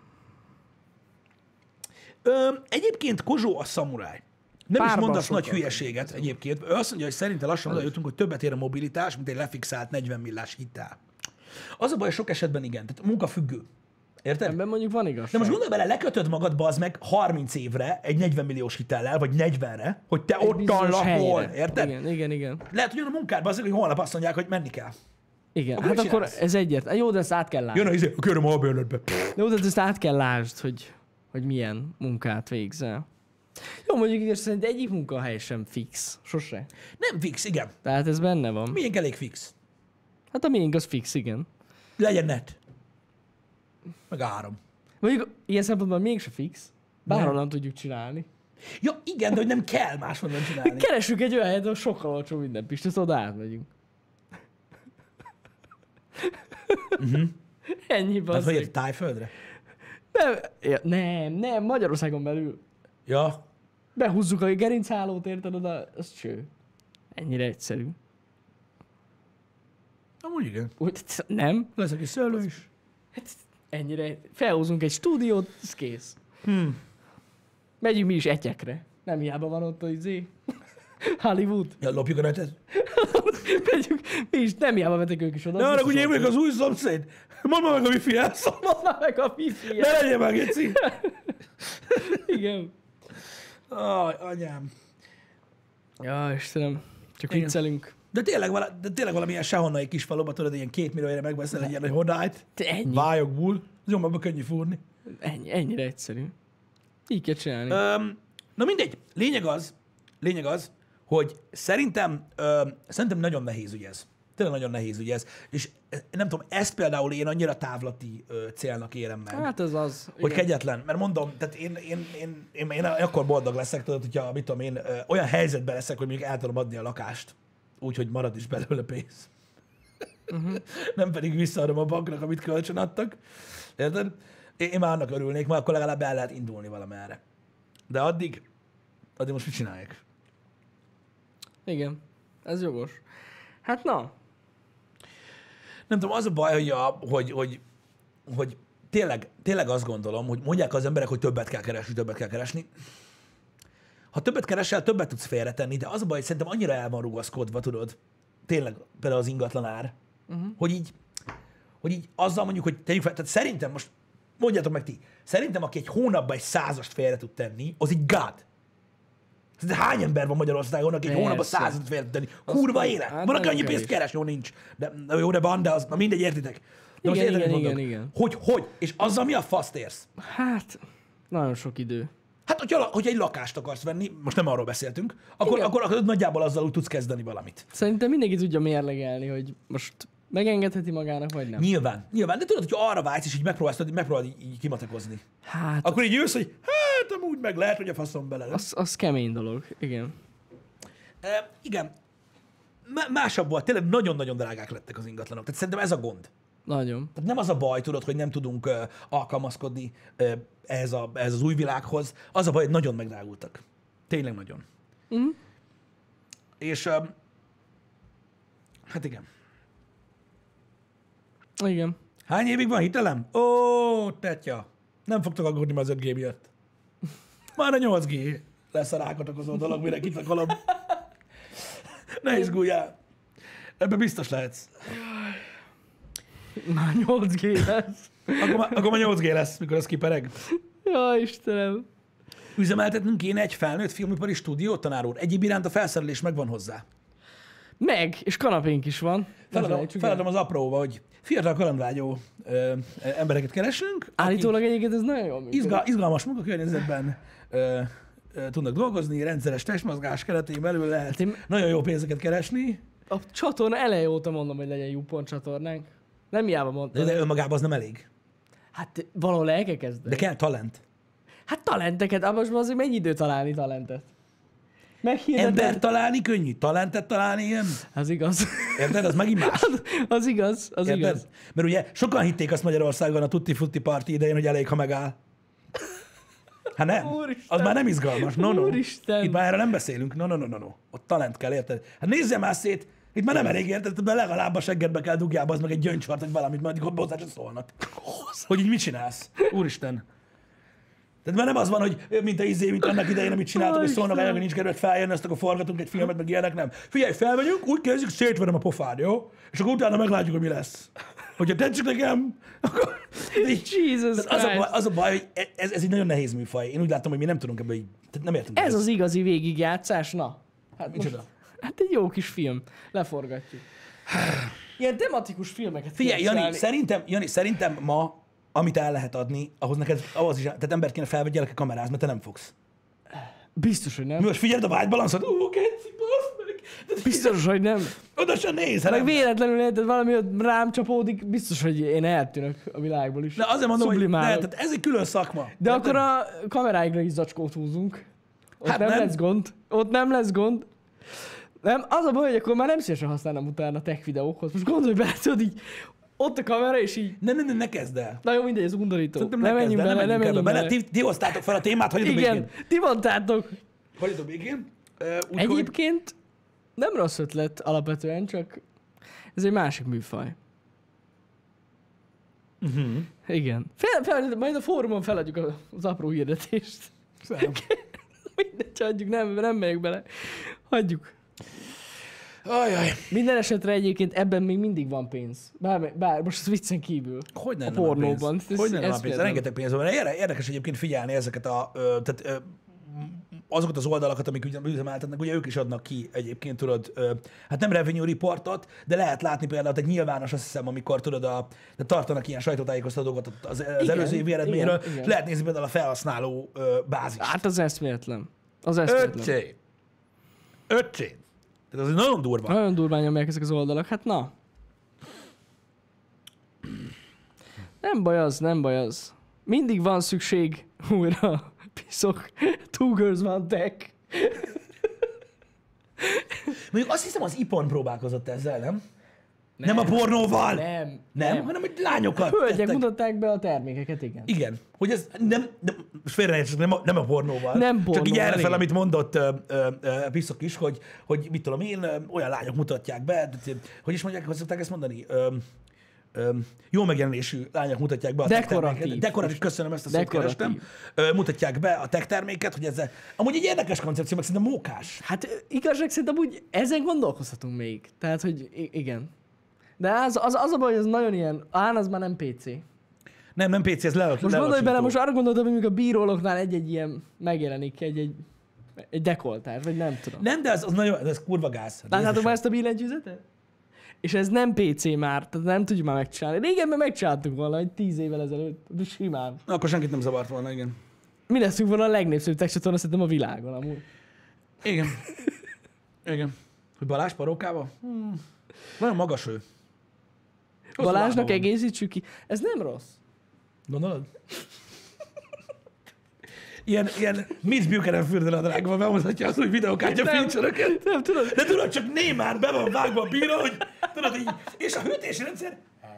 Egyébként Kozsó a szamuráj. Nem is Párban mondasz sokkal nagy hülyeséget egyébként. Ő azt mondja, hogy szerinte lassan oda jutunk, hogy többet ér a mobilitás, mint egy lefixált 40 millás hitel. Az a baj, sok esetben igen. Tehát munkafüggő. Érted? Ebben mondjuk van igazság. De most gondolj bele, lekötöd magadba az meg 30 évre egy 40 milliós hitellel, vagy 40-re, hogy te ottan Bizonyos lakol. helyre. Érted? Igen. Lehet, hogy jön a munkádban azért, hogy holnap azt mondják, hogy menni kell. Igen, Akkor hát mit akkor csinálsz? ez egyet. Jó, de ezt át kell látni. Jön a izé, kérem a albérletbe. Jó, de ezt át kell lásd, hogy milyen munkát végzel. Jó, mondjuk igaz, szerint egyik munkahely sem fix. Sose. Nem fix, igen. Tehát ez benne van. Milyen elég fix. Hát a miénk az fix, igen. Legyen net. Meg áram. Mondjuk ilyen szempontból mégse fix. Bárhol Nem. nem tudjuk csinálni. Ja, igen, de hogy nem kell máshonnan csinálni. Keressük egy olyan helyet, ahol sokkal olcsó minden Pist, ezt oda átmegyünk. Ennyi Hát basz. hogy egy tájföldre? Nem, Magyarországon belül. Ja. Behúzzuk a gerinchálót, érted oda, az cső. Ennyire egyszerű. Amúgy igen. Úgy, nem? Lesz egy szőlő is. Ennyire. Felhúzunk egy stúdiót, ez kész. Megyünk mi is etyekre. Nem hiába van ott az Hollywood. Ja, lopjuk a netet. Megyünk, mi is, nem hiába vetek ők is oda. Ne arra, biztos hogy én ott vagyok az új szomszéd. Mondd meg a wifi elszól. Mondd már meg a wifi. Ne legyél már, Geci. Igen. Aj, anyám. Ja, Istenem. Csak Igen. viccelünk. De tényleg valamilyen sehonnan egy kis faluba, tudod, ilyen 2 millióért megveszel egy ilyen nagy Hodályt, Ennyi. vályogból, zsomabba könnyű fúrni. Ennyire egyszerű. Így kell csinálni. Na mindegy, lényeg az, hogy szerintem nagyon nehéz ügy ez. Tényleg nagyon nehéz ügy ez. És nem tudom, ezt például én annyira távlati célnak érem meg. Hát ez az. Hogy igen. kegyetlen, mert mondom, tehát én akkor boldog leszek, tudod, hogyha, mit tudom én, olyan helyzetben leszek, hogy mondjuk el tudom adni a lakást, úgyhogy marad is belőle pénz. Nem pedig visszaadom a banknak, amit kölcsön adtak. Érted? Én már annak örülnék, mert akkor legalább el lehet indulni valamerre. De addig most mit csinálják? Igen. Ez jogos. Hát na. Nem tudom, az a baj, hogy tényleg azt gondolom, hogy mondják az emberek, hogy többet kell keresni. Ha többet keresel, többet tudsz félretenni, de az a baj, hogy szerintem annyira el van rugaszkodva, tudod, tényleg például az ingatlan ár, hogy így azzal mondjuk, hogy tegyük fel, tehát szerintem most, mondjátok meg ti, szerintem aki egy hónapban egy 100-ast félre tud tenni, az így gád. De hány ember van Magyarországon, aki egy hónapban 100-at félre tud tenni? Kurva élet! Hát Van, aki annyi nagyon pénzt kevés. keres, jó nincs. De jó, de van, de az, na mindegy, értitek? De most Igen, érted, mit igen, mondok? igen. Hogy? És azzal mi a faszt érsz? Hát, nagyon sok idő. Hát, hogyha egy lakást akarsz venni, most nem arról beszéltünk, akkor nagyjából azzal úgy tudsz kezdeni valamit. Szerintem mindenki tudja mérlegelni, hogy most megengedheti magának, vagy nem. Nyilván, de tudod, hogyha arra vágysz, és így megpróbálod így kimatekozni. Hát, Akkor így jössz, hogy hát amúgy meg lehet, hogy a faszom bele lesz. az kemény dolog, igen. Igen. Másabb volt, tényleg nagyon-nagyon drágák lettek az ingatlanok. Tehát szerintem ez a gond. Nagyon. Tehát nem az a baj, tudod, hogy nem tudunk alkalmazkodni ehhez az új világhoz. Az a baj, hogy nagyon megdrágultak. Tényleg nagyon. És hát igen. Igen. Hány évig van hitelem? Ó, tetya. Nem fogtok aggódni már az 5G miatt. Már a 8G lesz a rákot okozó dolog, mire kitakolom. Ne izguljál. Ebben biztos lehetsz. Már 8G lesz. Akkor már 8G lesz, mikor az kipereg. Ja, Istenem. Üzemeltetnünk kéne egy felnőtt filmipari stúdiót, tanár úr. Egyéb iránt a felszerelés megvan hozzá. Meg, és kanapénk is van. Feladom az apróba, hogy fiatal kalandvágyó embereket keresünk. Állítólag egyébként ez nagyon jól működik. Izgalmas munkakörnyezetben tudnak dolgozni, rendszeres testmozgás keretén belül lehet nagyon jó pénzeket keresni. A csatorna eleje óta mondom, hogy legyen YouPorn csatornánk. Nem hiába mondtam. De önmagában az nem elég. Hát valahol el kell kezdeni. De kell talent. Hát talenteket, abban most azért mennyi idő találni talentet? Ember találni könnyű, talentet találni ilyen. Az igaz. Érted? Az megint más. Az igaz, az Érted? igaz. Mert ugye sokan hitték azt Magyarországon a Tutti Frutti Party idején, hogy elég, ha megáll. Hát nem. Úristen. Az már nem izgalmas. No. Úristen. Itt már erről nem beszélünk. No. Ott talent kell, érted? Hát nézzem már szét. Itt már nem elég, érted? De legalább a seggedbe kell dugjába, az meg egy gyöngycsart, vagy valamit, majd hozzá sem szólnak. Hogy így mit csinálsz? Úristen. Tehát már nem az van, hogy mint annak idején, amit csináltak, hogy szólnak, hogy nincs kedved feljönni, ezt akkor forgatunk egy filmet, meg ilyenek, nem. Figyelj, felmegyünk, úgy kezdjük, szétverem a pofád, jó? És akkor utána meglátjuk, hogy mi lesz. Hogyha tetszik nekem, akkor... Jesus Christ. Az a baj, hogy ez egy nagyon nehéz műfaj. Én úgy látom, hogy mi nem tudunk ebből így... Tehát nem értünk. Ez az igazi végigjátszás, na. Hát Micsoda? Hát egy jó kis film. Leforgatjuk. Ilyen tematikus filmeket Figyelj, kell Jani, szerintem ma, amit el lehet adni, ahhoz is, tehát embert kéne felvegyelek a kameráz, mert te nem fogsz. Biztos, hogy nem. Mi most figyeld a vágybalanszot? Keci, basz meg! Biztos, hogy nem. Oda sem néz, Meg nem. véletlenül érted, valami ott rám csapódik, biztos, hogy én eltűnök a világból is. De azért mondom, hogy Sublimálok. tehát ez egy külön szakma. De akkor a kameráikra is zacskót húzunk. Ott Hát nem nem. lesz gond. Ott nem lesz gond. Nem, az a baj, hogy akkor már nem szívesen használnám utána tech videókhoz. Most gondolj bele, tudod így, ott a kamera, és így... Ne kezd el. Na jó, mindegy, ez undorító. Szerintem Nem ne kezd menjünk el, bele, nem menjünk bele. Ti hoztátok fel a témát, hagyjatok Igen, békén. ti mondtátok. Hagyjatok békén. Úgyhogy Egyébként nem rossz ötlet alapvetően, csak ez egy másik műfaj. Igen. Majd a fórumon feladjuk az apró hirdetést. Mindegy, hagyjuk, nem megyek bele. Hagyjuk. Ajaj. Minden esetre egyébként ebben még mindig van pénz. Bár most ez viccen kívül. Hogy A pornóban. Hogy nem a pénz? eszméletlen. Rengeteg pénz van. Érdekes egyébként figyelni ezeket a... azokat az oldalakat, amik üzemeltetnek, ugye ők is adnak ki egyébként, tudod, hát nem revenue reportot, de lehet látni például egy nyilvános, azt hiszem, amikor tudod, de tartanak ilyen sajtótájékoztatókat az előző évi eredményről, és lehet nézni például a felhasználó bázist. Hát az eszméletlen. Az eszméletlen. Öcsén. Tehát az nagyon durva. Nagyon durván nyomják ezek az oldalak. Hát na. Nem baj az. Mindig van szükség újra. Piszok. Two girls, one tech. Mondjuk azt hiszem, az ipon próbálkozott ezzel, nem? Nem a pornóval? Nem, hanem hogy lányokat. Hölgyek mutatták be a termékeket, igen. Igen. Hogy ez nem félreértsek, nem a pornóval. Nem pornóval. Csak így errefel, amit mondott Piszok is, hogy mit tudom én, olyan lányok mutatják be, hogy is mondják, hogy szokták ezt mondani? Jó megjelenésű lányok mutatják be a tech terméket. Dekoratív, köszönöm, ezt a szót kerestem. Mutatják be a tech terméket, hogy ezzel... Amúgy egy érdekes koncepció, meg szerintem mókás. Hát igazság szerint amúgy ezen gondolkozhatunk még. Tehát, hogy igen. De az a baj, hogy ez nagyon ilyen, az már nem PC. Nem PC, ez most gondolj bele, most arra gondoltam, hogy a bíróloknál egy ilyen megjelenik, egy dekoltás, vagy nem tudom. Nem, de az nagyon, ez kurva gáz. Látjátok már ezt a billentyűzetet? És ez nem PC már, tehát nem tudjuk már megcsinálni. Régen megcsináltuk volna, hogy 10 évvel ezelőtt, de simán. Na, akkor senkit nem zavart volna, igen. Mi leszünk volna a legnépszerűbb tech-csatorna szerintem a világon amúgy. Igen. Igen. Hogy Balázs parókával? Nagyon magas ő. Balázsnak egészítsük ki. Ez nem rossz. Gondolod? Ilyen Miss Buchanan fürdőnadrágban bemutatja az új videókártya feature-öket. Nem tudod. De tudod, csak Neymar be van vágva a bíró, hogy tudod így, és a hűtési rendszer...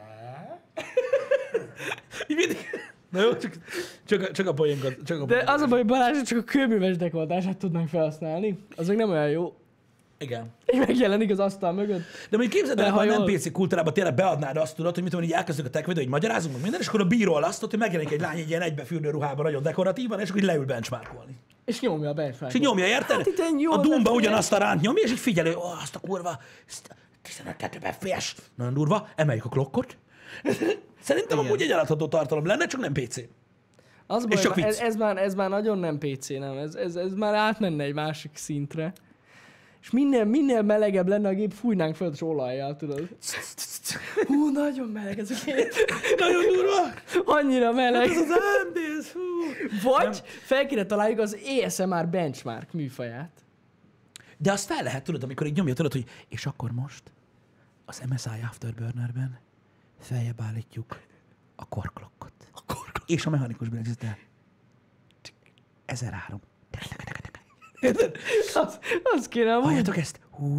Így mindig... Na jó, csak a poénkat. De az a baj, hogy Balázs csak a kőműves dekoltását tudnánk felhasználni. Az még nem olyan jó. Igen. Így megjelenik az asztal mögött. De mondjuk képzeld el, ha nem PC kultúrában tényleg beadnád azt, tudod, hogy mit tudom, így elkezdjük a tech videó, hogy magyarázunk meg minden, és akkor a bíró azt, hogy megjelenik egy lány egy ilyen egybefürdő ruhában nagyon dekoratívan, és akkor így leül benchmarkolni. És nyomja a benchmarkot. És így nyomja, érted? Hát a Doom-ba ugyanazt a ránt nyomja, és így figyelő, azt a kurva, 15 FPS, nagyon durva, emeljük a klokkot. Szerintem amúgy egy eladható tartalom lenne, csak nem PC. Az baj, ez már nagyon nem PC, nem? Ez már átmenne egy másik szintre. És minél melegebb lenne a gép, fújnánk fel az olajjal, tudod? Hú, nagyon meleg ez a gép. Nagyon durva. Annyira meleg. Ez az AMD, hú. Vagy fel kéne találjuk az ASMR benchmark műfaját. De azt fel lehet, tudod, amikor így nyomja, tudod, hogy és akkor most az MSI Afterburnerben feljebb állítjuk a korklokkot. És a mechanikus billentyűzetet. 1003. Az kéne amúgy. Halljátok ezt?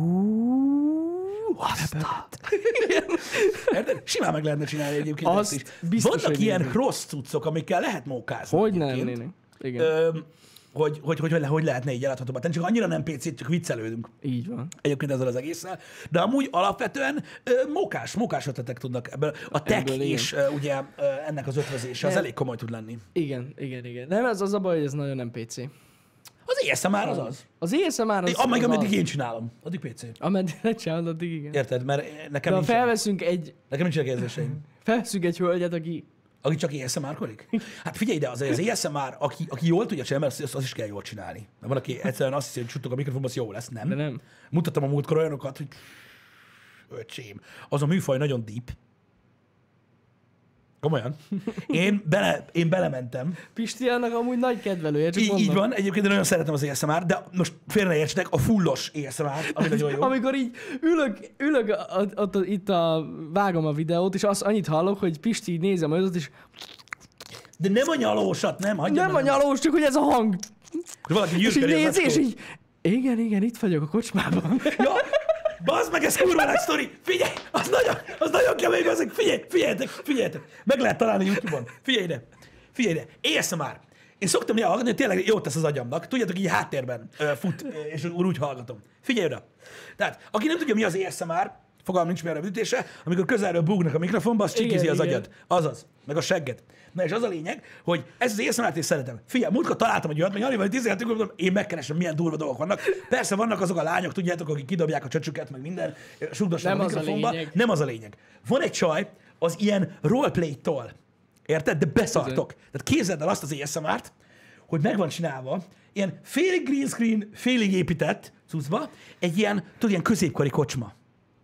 Simán meg lehetne csinálni egyébként ezt is. Biztos, vannak ilyen rossz cuccok, amikkel lehet mókázni. Hogy nem, igen. Hogy lehetne így eladhatóbbá tenni, csak annyira nem PC-t, csak viccelődünk. Így van. Egyébként ezzel az egésszel. De amúgy alapvetően mókás ötletek tudnak ebből. A tech és ugye ennek az ötvözése, az elég komoly tud lenni. Igen. Nem, ez az a baj, hogy ez nagyon nem PC. Az ASMR az. Az ASMR az... Ameddig én csinálom. Addig PC. Ameddig ne csinálod, addig igen. Érted? Mert nekem de felveszünk nekem nincsenek érzéseim. Felveszünk egy hölgyet, aki csak ASMR-kodik? Hát figyelj ide, az ASMR, aki jól tudja csinálni, mert azt is kell jól csinálni. Mert van, aki egyszerűen azt hiszi, hogy suttog a mikrofonba, az jó lesz. Nem. De nem. Mutattam a múltkor olyanokat, hogy öcsém, az a műfaj nagyon deep. Komolyan. Én belementem. Pisti annak amúgy nagy kedvelője, csak így van, egyébként nagyon szeretem az ASMR, de most félreértsetek, a fullos ASMR, ami nagyon jó. Amikor így ülök itt vágom a videót, és azt annyit hallok, hogy Pisti nézem a és... De nem a nyalósat, nem? Nem a nyalós, csak hogy ez a hang. Hogy valaki és így néz, és így... Igen, itt vagyok a kocsmában. Ja, bazd meg, ez kurva nagy sztori! Figyelj! Az nagyon kemény, bazd meg! Figyeljetek! Meg lehet találni YouTube-on. Figyelj ide! ASMR. Én szoktam néha hallgatni, hogy tényleg jót tesz az agyamnak. Tudjátok, így háttérben fut, és úgy hallgatom. Figyelj oda! Tehát, aki nem tudja, mi az ASMR, fogalmam nincs, mi a rövidítése, amikor közelről búgnak a mikrofonba, az csikizi az agyad. Azaz. Meg a segged. Na és az a lényeg, hogy ezt az ASMR-t is szeretem. Figyelj, múltkor találtam egy olyat, meg Janival 17 mondom, én megkeresem, milyen durva dolgok vannak. Persze vannak azok a lányok, tudjátok, akik kidobják a csöcsüket, meg minden, sugdosnak a mikrofonba. Nem az a lényeg. Van egy csaj, az ilyen roleplay-tól, érted? De beszartok. Tehát képzeld el azt az ASMR-t, hogy meg van csinálva, ilyen félig green screen, félig épített cuccba, egy ilyen, tudod, ilyen középkori kocsma.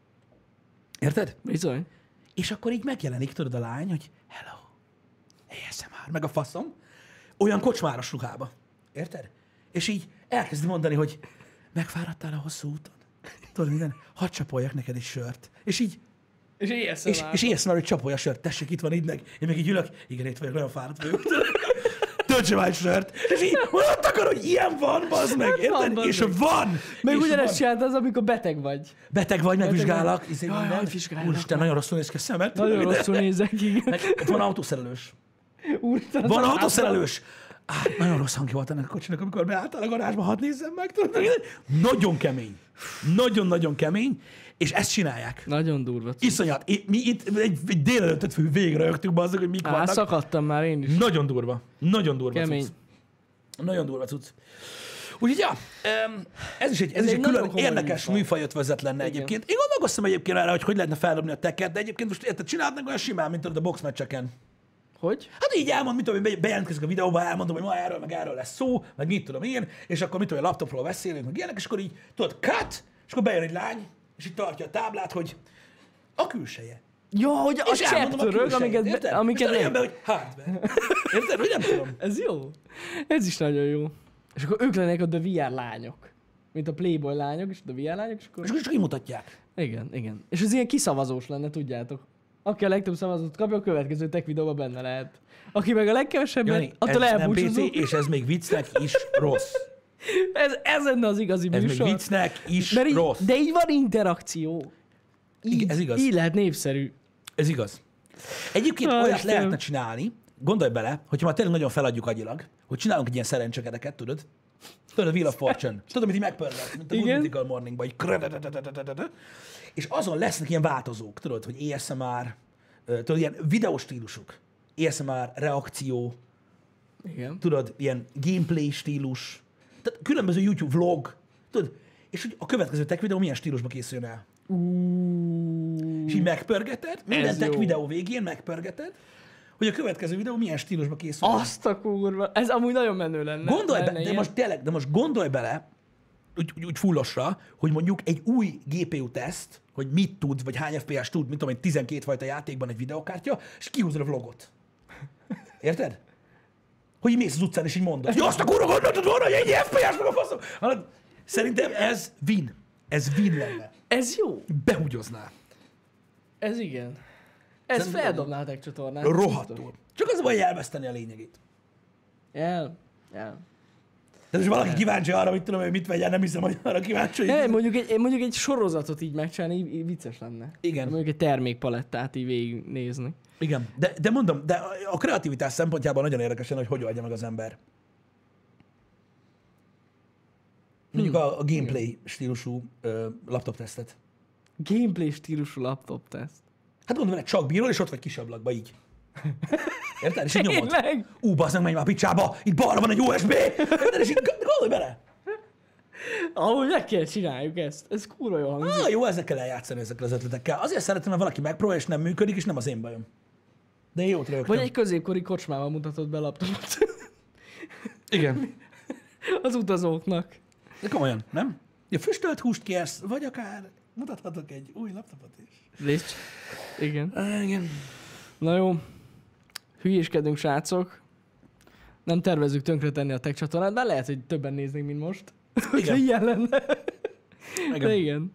Érted? Bizony. És akkor így megjelenik, tudod, a lány, hogy hello, ASMR, meg a faszom, olyan kocsmáros ruhába. Érted? És így elkezdi mondani, hogy megfáradtál a hosszú úton? Tudod, minden? Hadd csapoljak neked egy sört. És így, És és ASMR, hogy csapolja a sört, tessék, itt van így meg. Én meg így ülök, igen, itt vagyok, nagyon fáradt vagyok. Töltse már egy sört. És így, ott akar, hogy ilyen van, bazd meg, érted? És van! Meg és ugyanezt csinált az, amikor beteg vagy. Beteg vagy, megvizsgálak. Jaj, vizsgálnak. Úristen, nagyon rosszul néz ki a szemed. Nagyon rosszul nézek, igen. Meg ott van autószerelős. Úristen, Van az autószerelős. Nagyon rossz hangja volt ennek a kocsinak, amikor beálltál a garázsba, hadd nézzem meg. Nagyon kemény. Nagyon-nagyon kemény, és ezt csinálják. Nagyon durva. Iszonyat. Mi itt egy délelőttet végre rögtünk be azok, hogy mik vannak. Szakadtam már én is. Nagyon durva. Nagyon durva Kemény. cucc. Nagyon durva cucc. Úgyhogy ja, ez is egy egy külön nagyon komoly érdekes műfaj. műfajötvözet lenne egyébként. Én gondolkoztam egyébként erre, hogy lehetne feldobni a teket, de egyébként most érted, csinálnak olyan simán, mint tudod a boxmeccseken. Hogy? Hát így elmond, mit tudom, én bejelentkezik a videóba, elmondom, hogy ma erről, meg erről lesz szó, meg mit tudom én, és akkor mit tudom, a laptopról beszélünk, meg ilyenek, és akkor így, tudod, cut, és akkor bejön egy lány, és így tartja a táblát, hogy a külseje. Ja, hogy a És elmondom csettörög, külsejét, érted? amiket És nem. be, hogy hardware. Érted? Hogy nem tudom. Ez jó. Ez is nagyon jó. És akkor ők lennének a The VR lányok. Mint a Playboy lányok, és a The VR lányok, és akkor... És akkor csak így mutatják. Igen, igen. És ez ilyen kiszavazós lenne, tudjátok. Aki a legtöbb szavazatot kapja, a következő tech videóban benne lehet. Aki meg a legkevesebbet, Jani, attól ez nem elbúcsúzunk. PC, és ez még viccnek is rossz. Ez lenne az igazi Ez műsor. még viccnek is Mert így, rossz. de így van interakció. Így, ez igaz. Így lehet népszerű. Ez igaz. Egyébként olyat Istenem. lehetne csinálni, gondolj bele, hogyha már tényleg nagyon feladjuk agyilag, hogy csinálunk egy ilyen szerencsekedeket, tudod? Tudod, a Wheel of Fortune. Tudod, amit így megpörget, mint a Good Igen. Mythical Morningban, így és azon lesznek ilyen változók, tudod, hogy ASMR, tudod, ilyen videóstílusuk, ASMR, reakció, Igen. tudod, ilyen gameplay stílus, tehát különböző YouTube vlog, tudod, és hogy a következő tech videó milyen stílusba készüljön el. És így megpörgeted, minden Ez tech jó. videó végén megpörgeted, hogy a következő videó milyen stílusba készül. el. Azt a kurva. Ez amúgy nagyon menő lenne. Gondolj lenne be, de ilyen. most tényleg, de most gondolj bele, úgy fullosra, hogy mondjuk egy új GPU teszt, hogy mit tud, vagy hány FPS tud, mint tudom, egy 12 fajta játékban egy videokártya, és kihúzod a vlogot. Érted? Hogy így mész az utcán, és így mondod, hogy azt a kurva gondoltad volna, hogy egy FPS meg a faszom. Hallod? Szerintem ez win. Ez win lenne. Ez jó. Behugyoznál. Ez igen. Ez Szerintem feldobná a tech csatornát. Rohadtul. Csak az a baj, hogy elveszteni a lényegét. El. De most valaki kíváncsi arra, hogy tudom, hogy mit vegyen, nem hiszem, hogy arra kíváncsi, hogy... Nem, mondjuk egy sorozatot így megcsinálni, így vicces lenne. Igen. Mondjuk egy termékpalettát így végignézni. Igen, de mondom, de a kreativitás szempontjában nagyon érdekes lenne, hogy oldja meg az ember. Mondjuk a gameplay stílusú laptop tesztet. Gameplay stílusú laptop teszt. Hát gondolom, hogy csak bírod, és ott vagy kis ablakba, így. Érted? És így nyomod. Tényleg? Bazdmeg, menj már a picsába, itt balra van egy USB. Érted? És így gondolj bele. Ahogy meg kell csináljuk ezt. Ez kurva jó hangzik. Jó, ezzel kell eljátszani, ezekkel az ötletekkel. Azért szeretem, mert valaki megpróbálja, és nem működik, és nem az én bajom. De én jót rögtem. Vagy egy középkori kocsmában mutatod be laptopot. Igen. Az utazóknak. De komolyan, nem? Ja, füstölt húst kérsz, vagy akár mutathatok egy új laptopot is. Rich. Igen. Igen. Na jó. Hülyéskedünk, srácok. Nem tervezzük tönkretenni a tech csatornát, de lehet, hogy többen néznék, mint most. Igen. Ilyen lenne. De igen.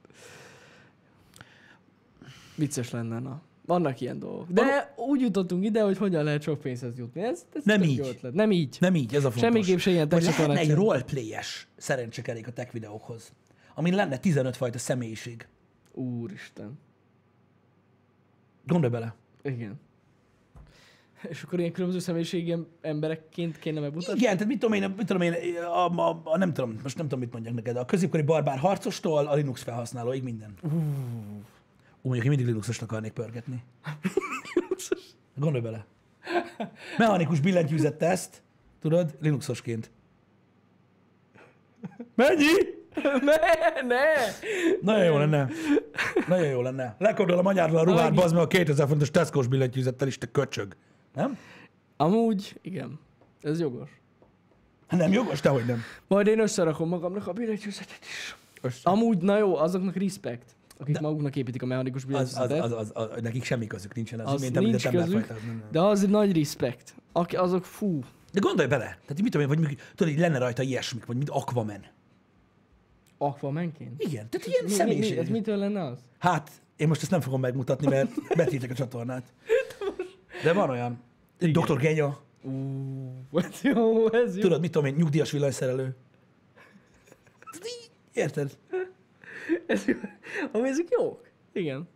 Vicces lenne, na. Vannak ilyen dolgok. De úgy jutottunk ide, hogy hogyan lehet sok pénzhez jutni. Ez Nem tök így. jó ötlet. Nem így. Nem így, ez a fontos. Semmiképp se ilyen Vagy tech lehetne csatornát egy sem. roleplay-es szerencsekerék a tech videókhoz, amin lenne 15 fajta személyiség. Úristen. Gondolj bele. Igen. És akkor ilyen különböző személyiségi emberekként kéne megmutatni? Igen, tehát mit tudom én nem tudom, most nem tudom, mit mondjak neked, a középkori barbár harcostól a Linux felhasználóig minden. Mondjuk én mindig Linuxost akarnék pörgetni. Gondolj bele. Mechanikus billentyűzet teszt, tudod, Linuxosként. Mennyi? Ne! Nagyon jó lenne. Nagyon jó lenne. Lekapdol a manyárról a ruhát, Annyi- bazd meg a 2000 fontos Tesco-s billentyűzettel is, te köcsög. Nem? Amúgy, igen. Ez jogos. Hát nem jogos, dehogy nem. Majd én összerakom magamnak a billentyűzetet is. Amúgy, na jó, azoknak respekt, akik maguknak építik a mechanikus billentyűzetet. Nekik semmi közük nincsen. Az nincs közük, de az nagy respekt. Azok fú. De gondolj bele, tehát mit tudom én, vagy mondjuk, tudod, hogy lenne rajta ilyesmik, vagy mint Aquaman. Aquamanként? Igen, tehát ilyen személyiség. Ez mitől lenne az? Hát, én most ezt nem fogom megmutatni, mert betiltják a csatornát. De van olyan. Dr. Genya. Ez jó, ez jó. Tudod, mit tudom én, nyugdíjas villanyszerelő. Érted? Ez jó. Amúgy ezek jók. Igen.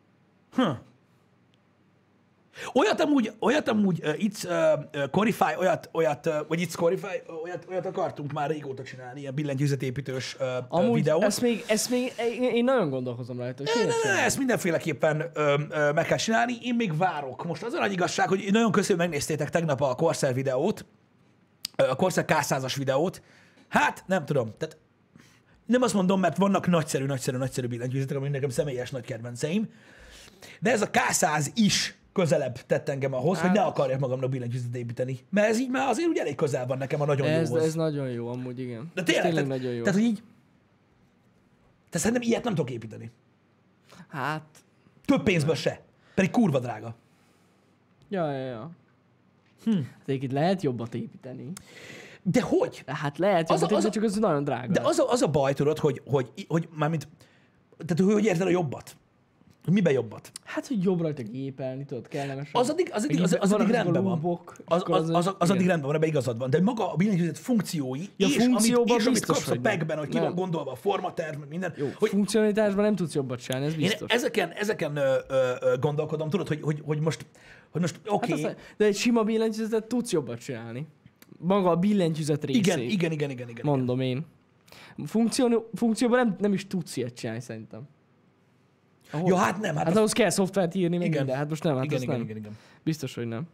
Olyat amúgy It's Corify, vagy It's Corify, olyat akartunk már régóta csinálni, ilyen billentyűzetépítős videót. Ezt még én nagyon gondolkozom rajta. Ezt mindenféleképpen meg kell csinálni, én még várok. Most az a nagy igazság, hogy nagyon köszönöm, megnéztétek tegnap a Corsair videót, a Corsair K100-as videót. Hát, nem tudom, tehát nem azt mondom, mert vannak nagyszerű billentyűzetek, ami nekem személyes nagy kedvenceim, de ez a K100 is közelebb tett engem ahhoz, hogy ne akarjak magamnak billentyűzetet építeni. Mert ez így már azért úgy elég közel van nekem a nagyon jóhoz. Ez nagyon jó, amúgy igen. De tényleg nagyon jó. Tehát, hogy így... Te szerintem ilyet nem tudok építeni. Hát... Több pénzből se. Pedig kurva drága. Ja. Egyébként lehet jobbat építeni. De hogy? Hát lehet jobbat építeni, csak az nagyon drága. De az a baj, tudod, hogy mármint... Tehát, hogy érted a jobbat? Miben jobbat? Hát, hogy jobb rajta gépelni, tudod, kellemesen. Az addig rendben van. Az addig rendben van, ebben igazad van. De maga a billentyűzet funkciói, és amit kapsz a packben, hogy ki van gondolva a formaterv, minden. Jó, funkcionalitásban nem tudsz jobbat csinálni, ez biztos. Én ezeken gondolkodom, tudod, hogy most oké. Hát de egy sima billentyűzetet tudsz jobbat csinálni. Maga a billentyűzet részét. Igen. Mondom én. Funkcióban nem is tudsz ilyet csinálni, szerintem. Ja, hát nem. Hát ahhoz kell szoftvert írni, meg minden. Hát most nem, hát igen. Biztos, hogy nem.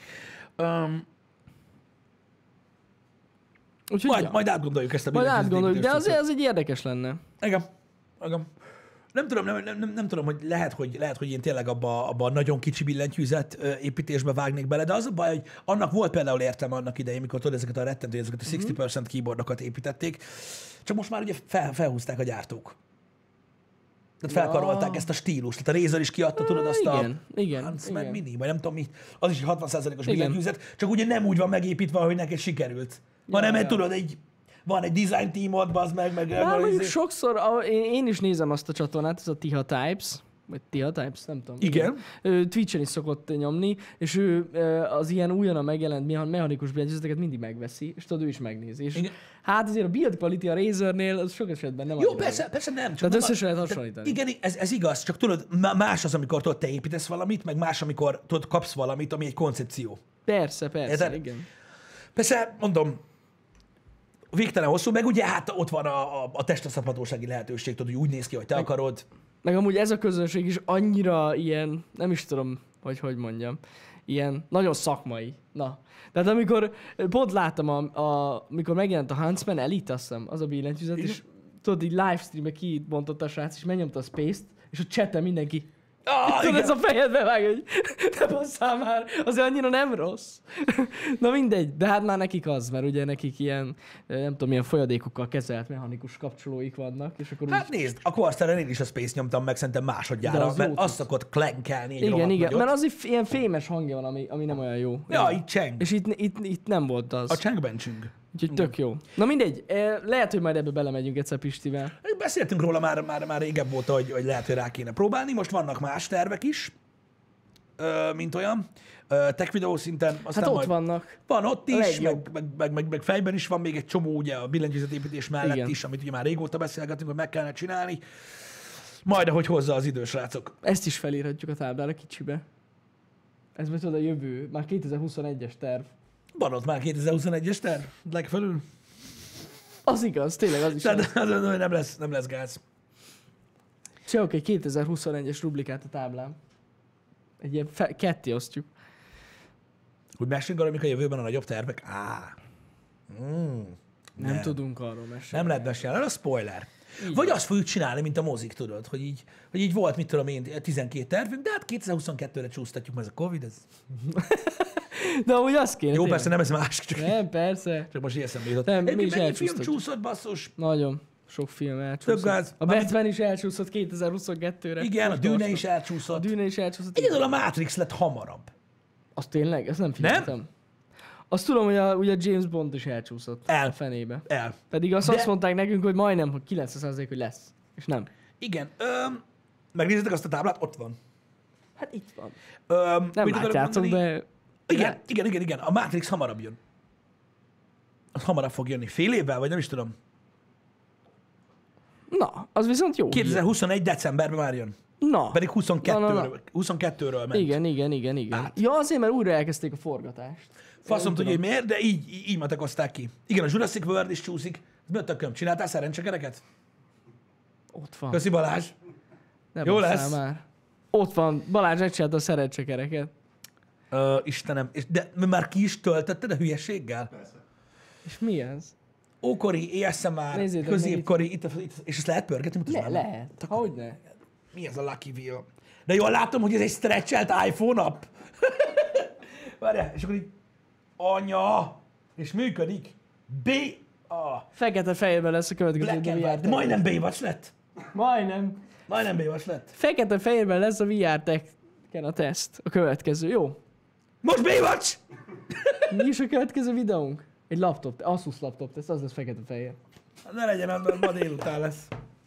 Majd átgondoljuk ezt a billentyűzetet. De azért az egy érdekes lenne. Igen. Nem tudom, hogy lehet, hogy én tényleg abba a nagyon kicsi billentyűzet építésbe vágnék bele, de az a baj, hogy annak volt például értelme annak idején, mikor tudod, ezeket a rettentő, ezeket a 60% keyboardokat építették, csak most már ugye felhúzták a gyártók. Tehát felkarolták ezt a stílust. Tehát a Razer is kiadta, tudod, azt igen, Huntsman Mini, vagy nem tudom mit. Az is 60%-os billentyűzet, csak ugye nem úgy van megépítve, hogy neked sikerült. Hanem tudod, van egy design teamod, bazd meg sokszor, én is nézem azt a csatornát, ez a Tiha Types, vagy Tiha Types, nem tudom. Igen. Twitch-en is szokott nyomni, és ő az ilyen újonnan megjelent mechanikus billentyűzeteket mindig megveszi, és tudod, ő is megnézi. És hát azért a build quality a Razernél az sok esetben nem. Jó, persze nem. Tehát össze lehet hasonlítani. Igen, ez igaz, csak tudod, más az, amikor tudod, te építesz valamit, meg más, amikor tudod, kapsz valamit, ami egy koncepció. Persze, igen. Persze, mondom, végtelen hosszú, meg ugye hát ott van a testaszabhatósági lehetőség, tudod, hogy úgy néz ki, hogy te akarod. Meg amúgy ez a közönség is annyira ilyen, nem is tudom, hogy mondjam, ilyen nagyon szakmai. Na, tehát amikor pont láttam, amikor megjelent a Huntsman Elite, azt hiszem, az a billentyűzet, és tudod, így livestreambe kibontotta a srác, és megnyomta a Space-t, és a chatten mindenki tudod, ez a fejedbe vág, hogy te basszál már, azért annyira nem rossz. Na mindegy, de hát már nekik az, mert ugye nekik ilyen, nem tudom, milyen folyadékokkal kezelt mechanikus kapcsolóik vannak, és akkor hát nézd, a Corsair-en én is a Space nyomtam meg szerintem másodjára, mert azt szokott klankelni egy igen, nagyot. Mert az ilyen fémes hangja van, ami nem olyan jó. Ja, itt cseng. És itt nem volt az. A csengben csüng. Úgyhogy tök jó. Na mindegy, lehet, hogy majd ebbe belemegyünk egyszer Pistivel. Beszéltünk róla már régebb óta, hogy lehet, hogy rá kéne próbálni. Most vannak más tervek is, mint olyan. Tech videó szinten. Hát ott vannak. Van ott is, meg fejben is van még egy csomó ugye a billentyűzetépítés mellett igen. is, amit ugye már régóta beszélgetünk, hogy meg kellene csinálni. Majd, ahogy hozza az idő, srácok. Ezt is felírhatjuk a táblára kicsibe. Ez majd tudod a jövő, már 2021-es terv. Van ott már 2021-es terv? Legfelül? Az igaz, tényleg az is. Tehát nem lesz gáz. Csinálok egy 2021-es rublikát a táblán. Egy ilyen ketté osztjuk. Hogy mesélünk arra, mik a jövőben a nagyobb tervek? Nem tudunk arról mesélni. Nem lehet mesélni, a spoiler. Így vagy azt fogjuk csinálni, mint a mozik, tudod, hogy így volt, mit tudom én, 12 tervünk, de hát 2022-re csúsztatjuk, mert ez a Covid, ez... De amúgy azt kéne. Jó, tényleg. persze nem ez más, Nem, persze. csak most így eszembe jutott. Nem, mi Egyébként is mennyi film elcsúsztatjuk. csúszott, basszus? Nagyon sok film elcsúszott. Több gáz. A Batman is elcsúszott 2022-re. Igen, a Most Dűne tartom. is A elcsúszott. Dűne is elcsúszott. Egyedül a Matrix lett hamarabb. Az tényleg? Ezt nem figyeltem. Azt tudom, hogy ugye James Bond is elcsúszott. El. A fenébe. El. Pedig azt, De- azt mondták nekünk, hogy majdnem, hogy 90% hogy lesz. És nem. Igen. Megnézitek azt a táblát? Ott van. Hát itt van. mit Nem akarok látjátok, mondani? de... Igen. A Matrix hamarabb jön. Az hamarabb fog jönni. Fél évvel, vagy nem is tudom. Na, az viszont jó. 2021. decemberben már jön. Na. Pedig 22-ről, Na. 22-ről ment. Igen. Át. Ja, azért, mert újra elkezdték a forgatást. Faszom tudja, hogy miért, de így matekozták ki. Igen, a Jurassic World is csúszik. Mi a tököm? Csináltál szerencsekereket? Ott van. Köszi Balázs. Nem Jó basszál lesz. Már. Ott van. Balázs megcsinálta a szerencsekereket. Istenem. De már ki is töltötted a hülyességgel? És mi ez? Ókori, ASMR, Nézzétek középkori, itt, és ezt lehet pörgetni? Mutasd Le, már. lehet. Hogyne. Mi ez a Lucky Wheel? De jól látom, hogy ez egy stretchelt iPhone app. Várjál, és akkor így, anya, és működik. Fekete-fehérben lesz a következő Black and VR white. De majdnem Baywatch lett. Majdnem. Majdnem Baywatch lett. Fekete-fehérben lesz a VR Tech-ken a teszt. A következő. Jó. Most Baywatch! Mi is a következő videónk? Egy laptop, Asus laptop teszt, az lesz fekete-fehér. Ne legyen, ma délután lesz.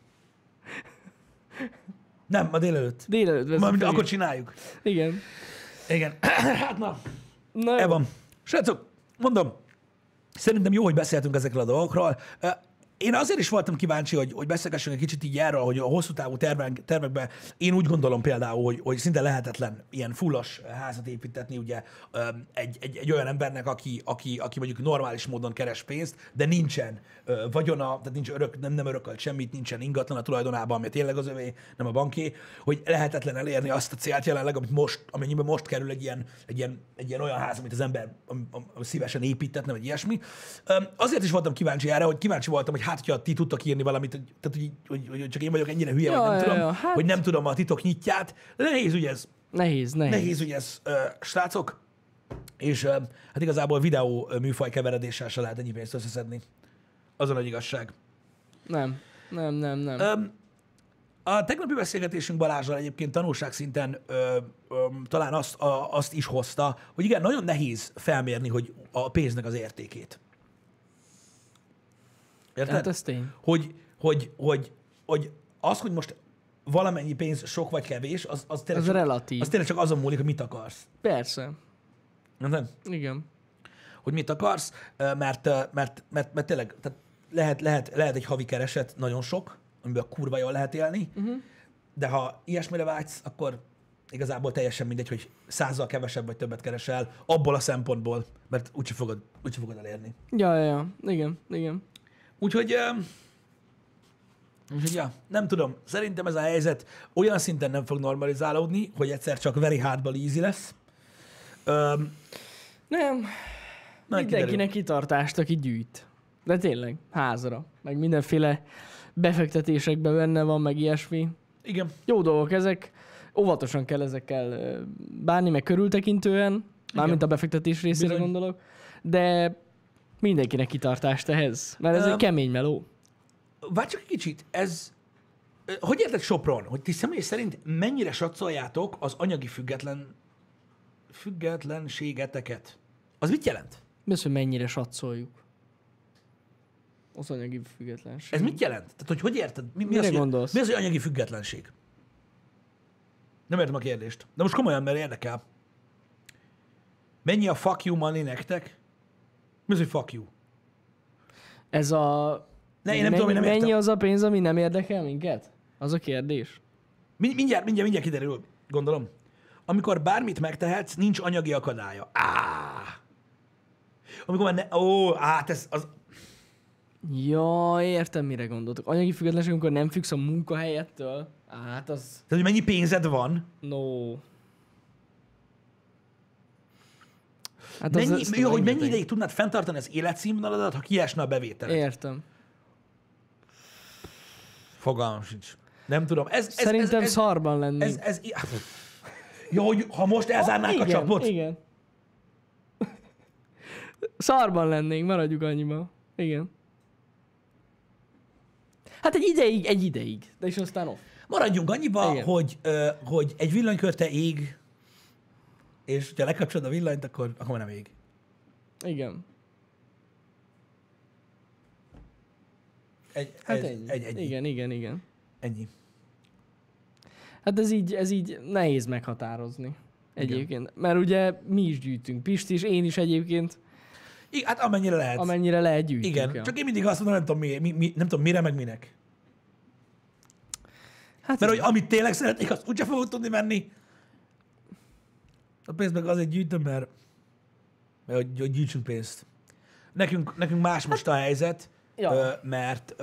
Nem, ma délelőtt. Délelőtt veszünk fel. Akkor csináljuk. Igen. Igen. Hát na, Na, e van. Srácok, mondom, szerintem jó, hogy beszéltünk ezekről a dolgokról. Én azért is voltam kíváncsi, hogy beszélgessünk egy kicsit így erről, hogy a hosszú távú tervekben én úgy gondolom például, hogy szinte lehetetlen ilyen fullos házat építetni ugye egy olyan embernek, aki mondjuk normális módon keres pénzt, de nincsen vagyona, tehát nincs nem örökölt semmit, nincsen ingatlan a tulajdonában, ami tényleg az övé, nem a banké, hogy lehetetlen elérni azt a célt jelenleg, amennyiben most kerül egy ilyen olyan ház, amit az ember szívesen építetne, vagy ilyesmi. Azért is voltam kíváncsi erre, hogy kíváncsi voltam, hogy hát, hogyha ti tudtok írni valamit, tehát, hogy csak én vagyok ennyire hülye, Ja, vagy nem ja, tudom, ja, hát- hogy nem tudom a titok nyitját, de nehéz ugye ez. Nehéz ugye ez, srácok. És hát igazából videó műfaj keveredéssel se lehet ennyi pénzt összeszedni. Az a nagy igazság. Nem. A tegnapi beszélgetésünk Balázsral egyébként tanulságszinten talán azt is hozta, hogy igen, nagyon nehéz felmérni, hogy a pénznek az értékét. Érted? Hát ez tény. Hogy az, hogy most valamennyi pénz sok vagy kevés, az tényleg, Ez relatív. az tényleg csak azon múlik, hogy mit akarsz. Persze. Nem? Igen. Hogy mit akarsz, mert tényleg lehet egy havi kereset nagyon sok, amiből kurva jól lehet élni, de ha ilyesmire vágysz, akkor igazából teljesen mindegy, hogy 100-zal kevesebb vagy többet keresel, abból a szempontból, mert úgyse fogod elérni. Ja. Igen. Úgyhogy ja, nem tudom, szerintem ez a helyzet olyan szinten nem fog normalizálódni, hogy egyszer csak very hardball easy lesz. Nem. Mindenkinek kitartást, aki gyűjt. De tényleg, házra. Meg mindenféle befektetésekben benne van, meg ilyesmi. Igen. Jó dolgok ezek. Óvatosan kell ezekkel bánni, meg körültekintően. Mármint a befektetés részére Bizony. gondolok. De mindenkinek kitartást ehhez. Mert ez egy kemény meló. Várj csak egy kicsit, hogy érted Sopron, hogy ti személy szerint mennyire satszoljátok az anyagi függetlenségeteket? Az mit jelent? Mi az, hogy mennyire satszoljuk? Az anyagi függetlenség. Ez mit jelent? Tehát, hogy érted? Mire az, gondolsz? Mi az, hogy anyagi függetlenség? Nem értem a kérdést. De most komolyan, mert érdekel. Mennyi a fuck you money nektek? Mi az, hogy fuck you? Ez a... Ne, én nem tudom, én nem mennyi értem. az a pénz, ami nem érdekel minket? Az a kérdés. Mindjárt kiderül, gondolom. Amikor bármit megtehetsz, nincs anyagi akadálya. Amikor már ez az... Ja, értem, mire gondoltok. Anyagi függetlenség, amikor nem függsz a munkahelyettől. Hát az... Tehát, hogy mennyi pénzed van? No. Hát Hogy mennyi ideig tudnád fenntartani az életszínvonaladat, ha kiesne a bevételed? Értem. Fogalmam sincs. Nem tudom. Szerintem szarban lennénk. Jó, hogy ha most elzárnák a csapot? Igen. Szarban lennénk, maradjuk annyiba. Igen. Hát egy ideig. De és aztán off. Maradjunk annyiba, Igen. hogy egy villanykörte ég, és ha lekapcsolod a villanyt, akkor nem ég. Igen. Hát ennyi. Igen. Ennyi. Hát ez így nehéz meghatározni. Egyébként. Mert ugye mi is gyűjtünk. Pisti is, én is egyébként. Igen, hát amennyire lehet. Amennyire lehet gyűjtünk. Igen, Ja. csak én mindig azt mondom, nem tudom mire, meg minek. Hát Mert hogy amit tényleg szeretnék, azt úgyse fogok tudni menni. A pénzt meg azért gyűjtöm, mert hogy gyűjtsünk pénzt. Nekünk más most a helyzet, Ja. mert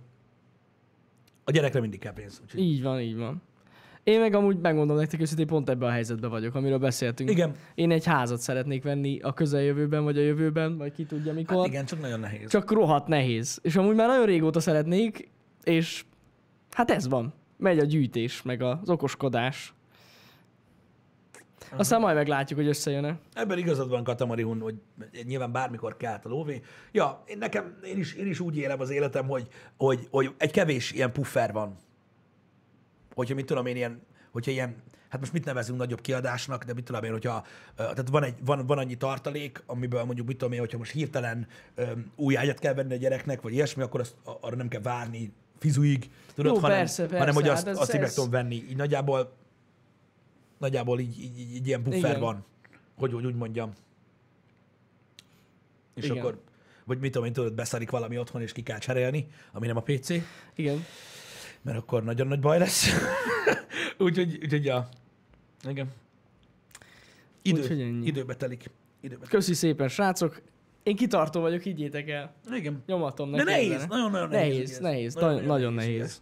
a gyerekre mindig kell pénz. Úgyhogy... Így van. Én meg amúgy megmondom nektek őszintén, pont ebben a helyzetben vagyok, amiről beszéltünk. Igen. Én egy házat szeretnék venni a közeljövőben, vagy a jövőben, vagy ki tudja mikor. Hát igen, csak nagyon nehéz. Csak rohadt nehéz. És amúgy már nagyon régóta szeretnék, és hát ez van. Megy a gyűjtés, meg az okoskodás. Aztán majd meglátjuk, hogy összejön-e. Ebben igazad van, Katamarihun, hogy nyilván bármikor kelt a lóvé. Ja, én is úgy élem az életem, hogy egy kevés ilyen puffer van. Hogyha mit tudom én, ilyen, hát most mit nevezünk nagyobb kiadásnak, de mit tudom én, hogyha, tehát van annyi tartalék, amiből mondjuk mit tudom én, hogyha most hirtelen új ágyat kell venni a gyereknek, vagy ilyesmi, akkor arra nem kell várni fizuig, tudod, Jó, hanem, persze, hanem hogy hát azt így meg tudom venni. Így nagyjából így ilyen puffer Igen. van, hogy úgy mondjam. És Igen. akkor, vagy mit tudom én, tudod, beszarik valami otthon, és ki kell cserélni, ami nem a PC, Igen. mert akkor nagyon nagy baj lesz. úgyhogy ja. Igen. Úgyhogy ennyi. Időbe telik. Köszi szépen, srácok. Én kitartó vagyok, higgyétek el. Igen. Nyomatom De neki. nehéz, ezzel. nagyon Nehéz. Nagyon nehéz.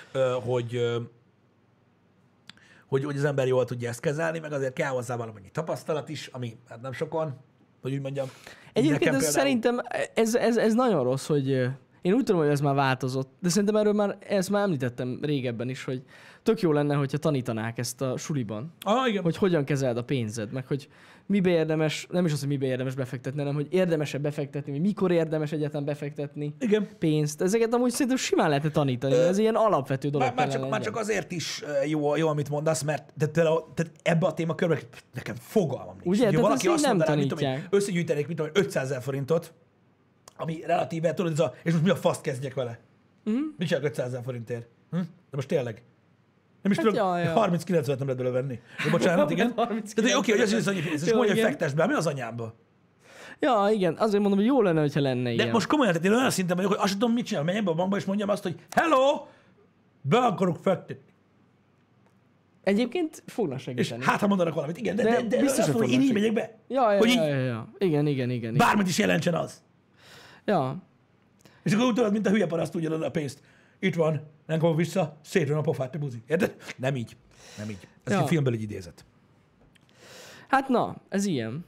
Hogy az ember jól tudja ezt kezelni, meg azért kell hozzá valamennyi tapasztalat is, ami hát nem sokon, hogy úgy mondjam. Egyébként Nekem ez például- szerintem, ez nagyon rossz, hogy én úgy tudom, hogy ez már változott, de szerintem erről ezt már említettem régebben is, hogy tök jó lenne, hogyha tanítanák ezt a suliban, Igen. hogy hogyan kezeld a pénzed, meg hogy mibe érdemes, nem is az, hogy mibe érdemes befektetni, hanem hogy érdemes-e befektetni, vagy mikor érdemes egyáltalán befektetni Igen. pénzt. Ezeket amúgy szerintem simán lehetne tanítani, ez ilyen alapvető dolog Már csak azért is jó, amit mondasz, mert tehát ebbe a témakörbe nekem fogalmam nincs. Ugye? Hogyha Tehát valaki ezt azt így nem mondaná, mit tudom én, tanítják. összegyűjtenék, mit tudom én, 500 000 forintot, ami relatíve, tudod, és most mi a faszt kezdjek vele? Mit csinálok 500 000 forintért? De most tényleg. Nem is Hát tudom, ja. 39 nem lehet belőle venni. Jó, bocsánat, igen. 39. Tehát oké, hogy ez annyi pénz, és Jó, mondja, hogy igen. fektesd be, mi az anyámba? Ja, igen, azért mondom, hogy jó lenne, hogyha lenne De ilyen. most komolyan, tehát én olyan szinten vagyok, hogy azt sem tudom, mit csinál. Menjek be a bankba, és mondjam azt, hogy hello, be akarok fektetni. Egyébként fognak És segíteni. hát, ha mondanak valamit, igen, de biztos, biztos, hogy hogy fognak én így segíteni. megyek be. Ja. hogy így- Igen. Bármit is jelentsen az. Ja. És akkor úgy tudod, mint a hülye paraszt tudja a pénzt. Itt van, nem kapom vissza, szétrön a pofát, te buzi. Érted? Nem így. Ez Ja. egy filmből egy idézet. Hát na, ez ilyen.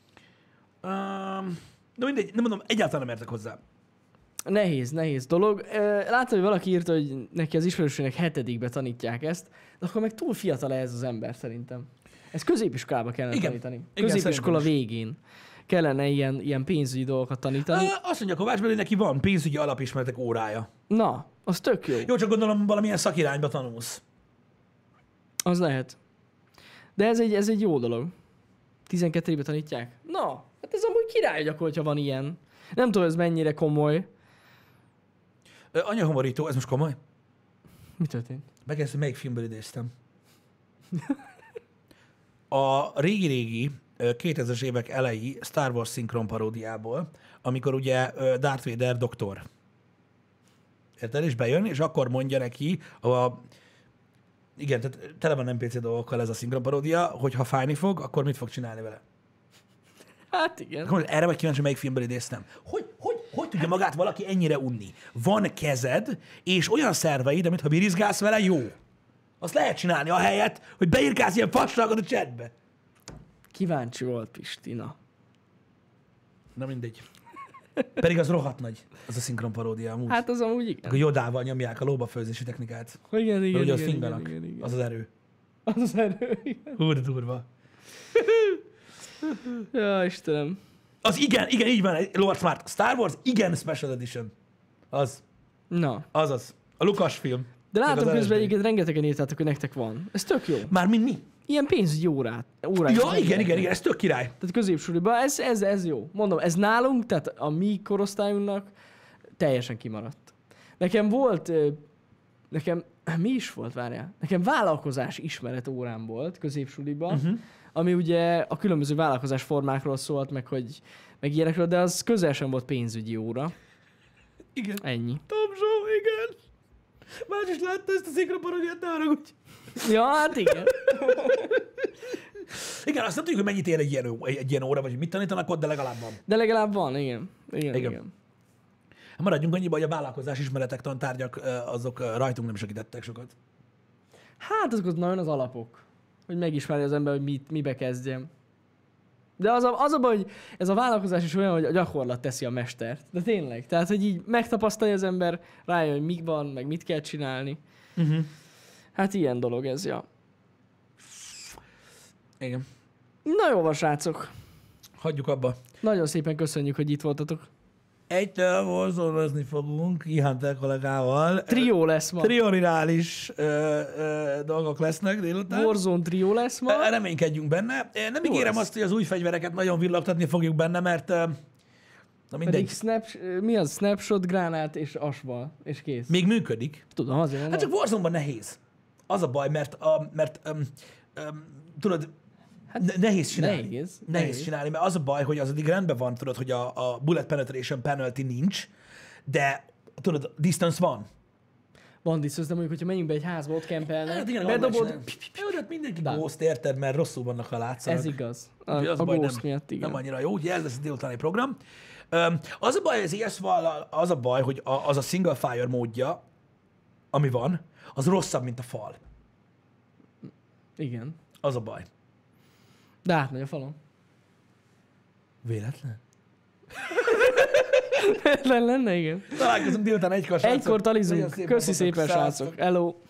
De mindegy, nem mondom, egyáltalán nem értek hozzá. Nehéz dolog. Láttam, hogy valaki írta, hogy neki az ismerősének 7-be tanítják ezt, de akkor meg túl fiatal ez az ember szerintem. Ez középiskolába kellene Igen. tanítani. Igen, Középiskola szerintem végén kellene ilyen pénzügyi dolgokat tanítani. Azt mondja Kovács Beli, hogy neki van pénzügyi alapismeretek órája. Na, az tök jó. Jó, csak gondolom valamilyen szakirányba tanulsz. Az lehet. De ez egy jó dolog. 12-be tanítják? Na, hát ez amúgy király, hogy akkor, hogyha van ilyen. Nem tudom, ez mennyire komoly. Anyahomorító, ez most komoly? Mi történt? Megkérdeztem, melyik filmből idéztem. A régi 2000-es évek elejé Star Wars szinkron paródiából, amikor ugye Darth Vader doktor. Érted? És bejön, és akkor mondja neki igen, tehát tele van NPC dolgokkal ez a szinkron paródia, hogy ha fájni fog, akkor mit fog csinálni vele? Hát igen. Akkor erre vagy kíváncsi, melyik filmből idéztem. Hogy tudja magát valaki ennyire unni? Van kezed, és olyan szerveid, amit ha birizgálsz vele, jó. Azt lehet csinálni ahelyett, hogy beírkálsz ilyen fasságot a chatbe. Kíváncsi volt Pistina. Na mindegy. Pedig az rohadt nagy, az a szinkron paródia amúgy. Hát az amúgy igen. A Jodával nyomják a lóbafőzési technikát. Igen. Mert ugye az finganak. igen. Az az erő. Az az erő. Igen. Hú, de durva. Ja, Istenem. Az igen, így van, Lord Smart. Star Wars, igen, Special Edition. Az. Na. Azaz. A Lukas film. De látom Meg az közben LSD. egyébként rengetegen írtátok, hogy nektek van. Ez tök jó. Mármint mi? Ilyen pénzügyi órák. Ja, igen, ez tök király. Tehát középsuliban ez jó. Mondom, ez nálunk, tehát a mi korosztályunknak teljesen kimaradt. Nekem volt, mi is volt, várjál? Nekem vállalkozás ismeret órám volt középsuliban, ami ugye a különböző vállalkozás formákról szólt, meg ilyenekről, de az közel sem volt pénzügyi óra. Igen. Ennyi. Tomzsó, igen. Más is látta ezt a szinkroparodiát, ne haragudj. Ja, hát igen. Igen, azt nem tudjuk, hogy mennyit ér egy ilyen óra, vagy mit tanítanak ott, de legalább van. De legalább van, igen. Maradjunk annyiba, hogy a vállalkozás ismeretek tantárgyak, azok rajtunk nem segítettek sokat. Hát azok nagyon az alapok, hogy megismerje az ember, hogy mibe kezdjem. De az a baj, hogy ez a vállalkozás is olyan, hogy a gyakorlat teszi a mestert. De tényleg. Tehát, hogy így megtapasztalja az ember, rájön, hogy mi van, meg mit kell csinálni. Hát ilyen dolog ez, ja. Igen. Na jó van, srácok. Hagyjuk abba. Nagyon szépen köszönjük, hogy itt voltatok. Egytől warzone-ozni fogunk, Ihántel kollégával. Trió lesz ma. Triorinális dolgok lesznek délután. Warzone trió lesz ma. Reménykedjünk benne. Nem Jó ígérem lesz. azt, hogy az új fegyvereket nagyon villogtatni fogjuk benne, mert na mindegy. Pedig mi az? Snapshot, gránát és asval. És kész. Még működik. Tudom, azért mondom. Hát csak Warzone-ban nehéz. Az a baj, mert tudod, nehéz csinálni. Nehéz csinálni, mert az a baj, hogy az addig rendben van, tudod, hogy a bullet penetration penalty nincs, de tudod, distance van. Van distance, de mondjuk, hogyha menjünk be egy házba, ott kempelnek, Hát igen, bedobod. jó, de hát mindenki ghost, érted, mert rosszul vannak, ha látszanak. Ez igaz. Úgyhogy az A baj, ghost miatt, igen. nem annyira jó, ugye ez lesz a délutáni program. Az a baj, az ES-val, az a baj, hogy az a single fire módja, ami van, az rosszabb, mint a fal. Igen. Az a baj. De átmegy a falon. Véletlen? Lenne, igen. Találkozunk délután egykor, srácok. Egykor talizunk. Nagyon szép Köszi napotok. szépen, Sziasztok. srácok. Hello.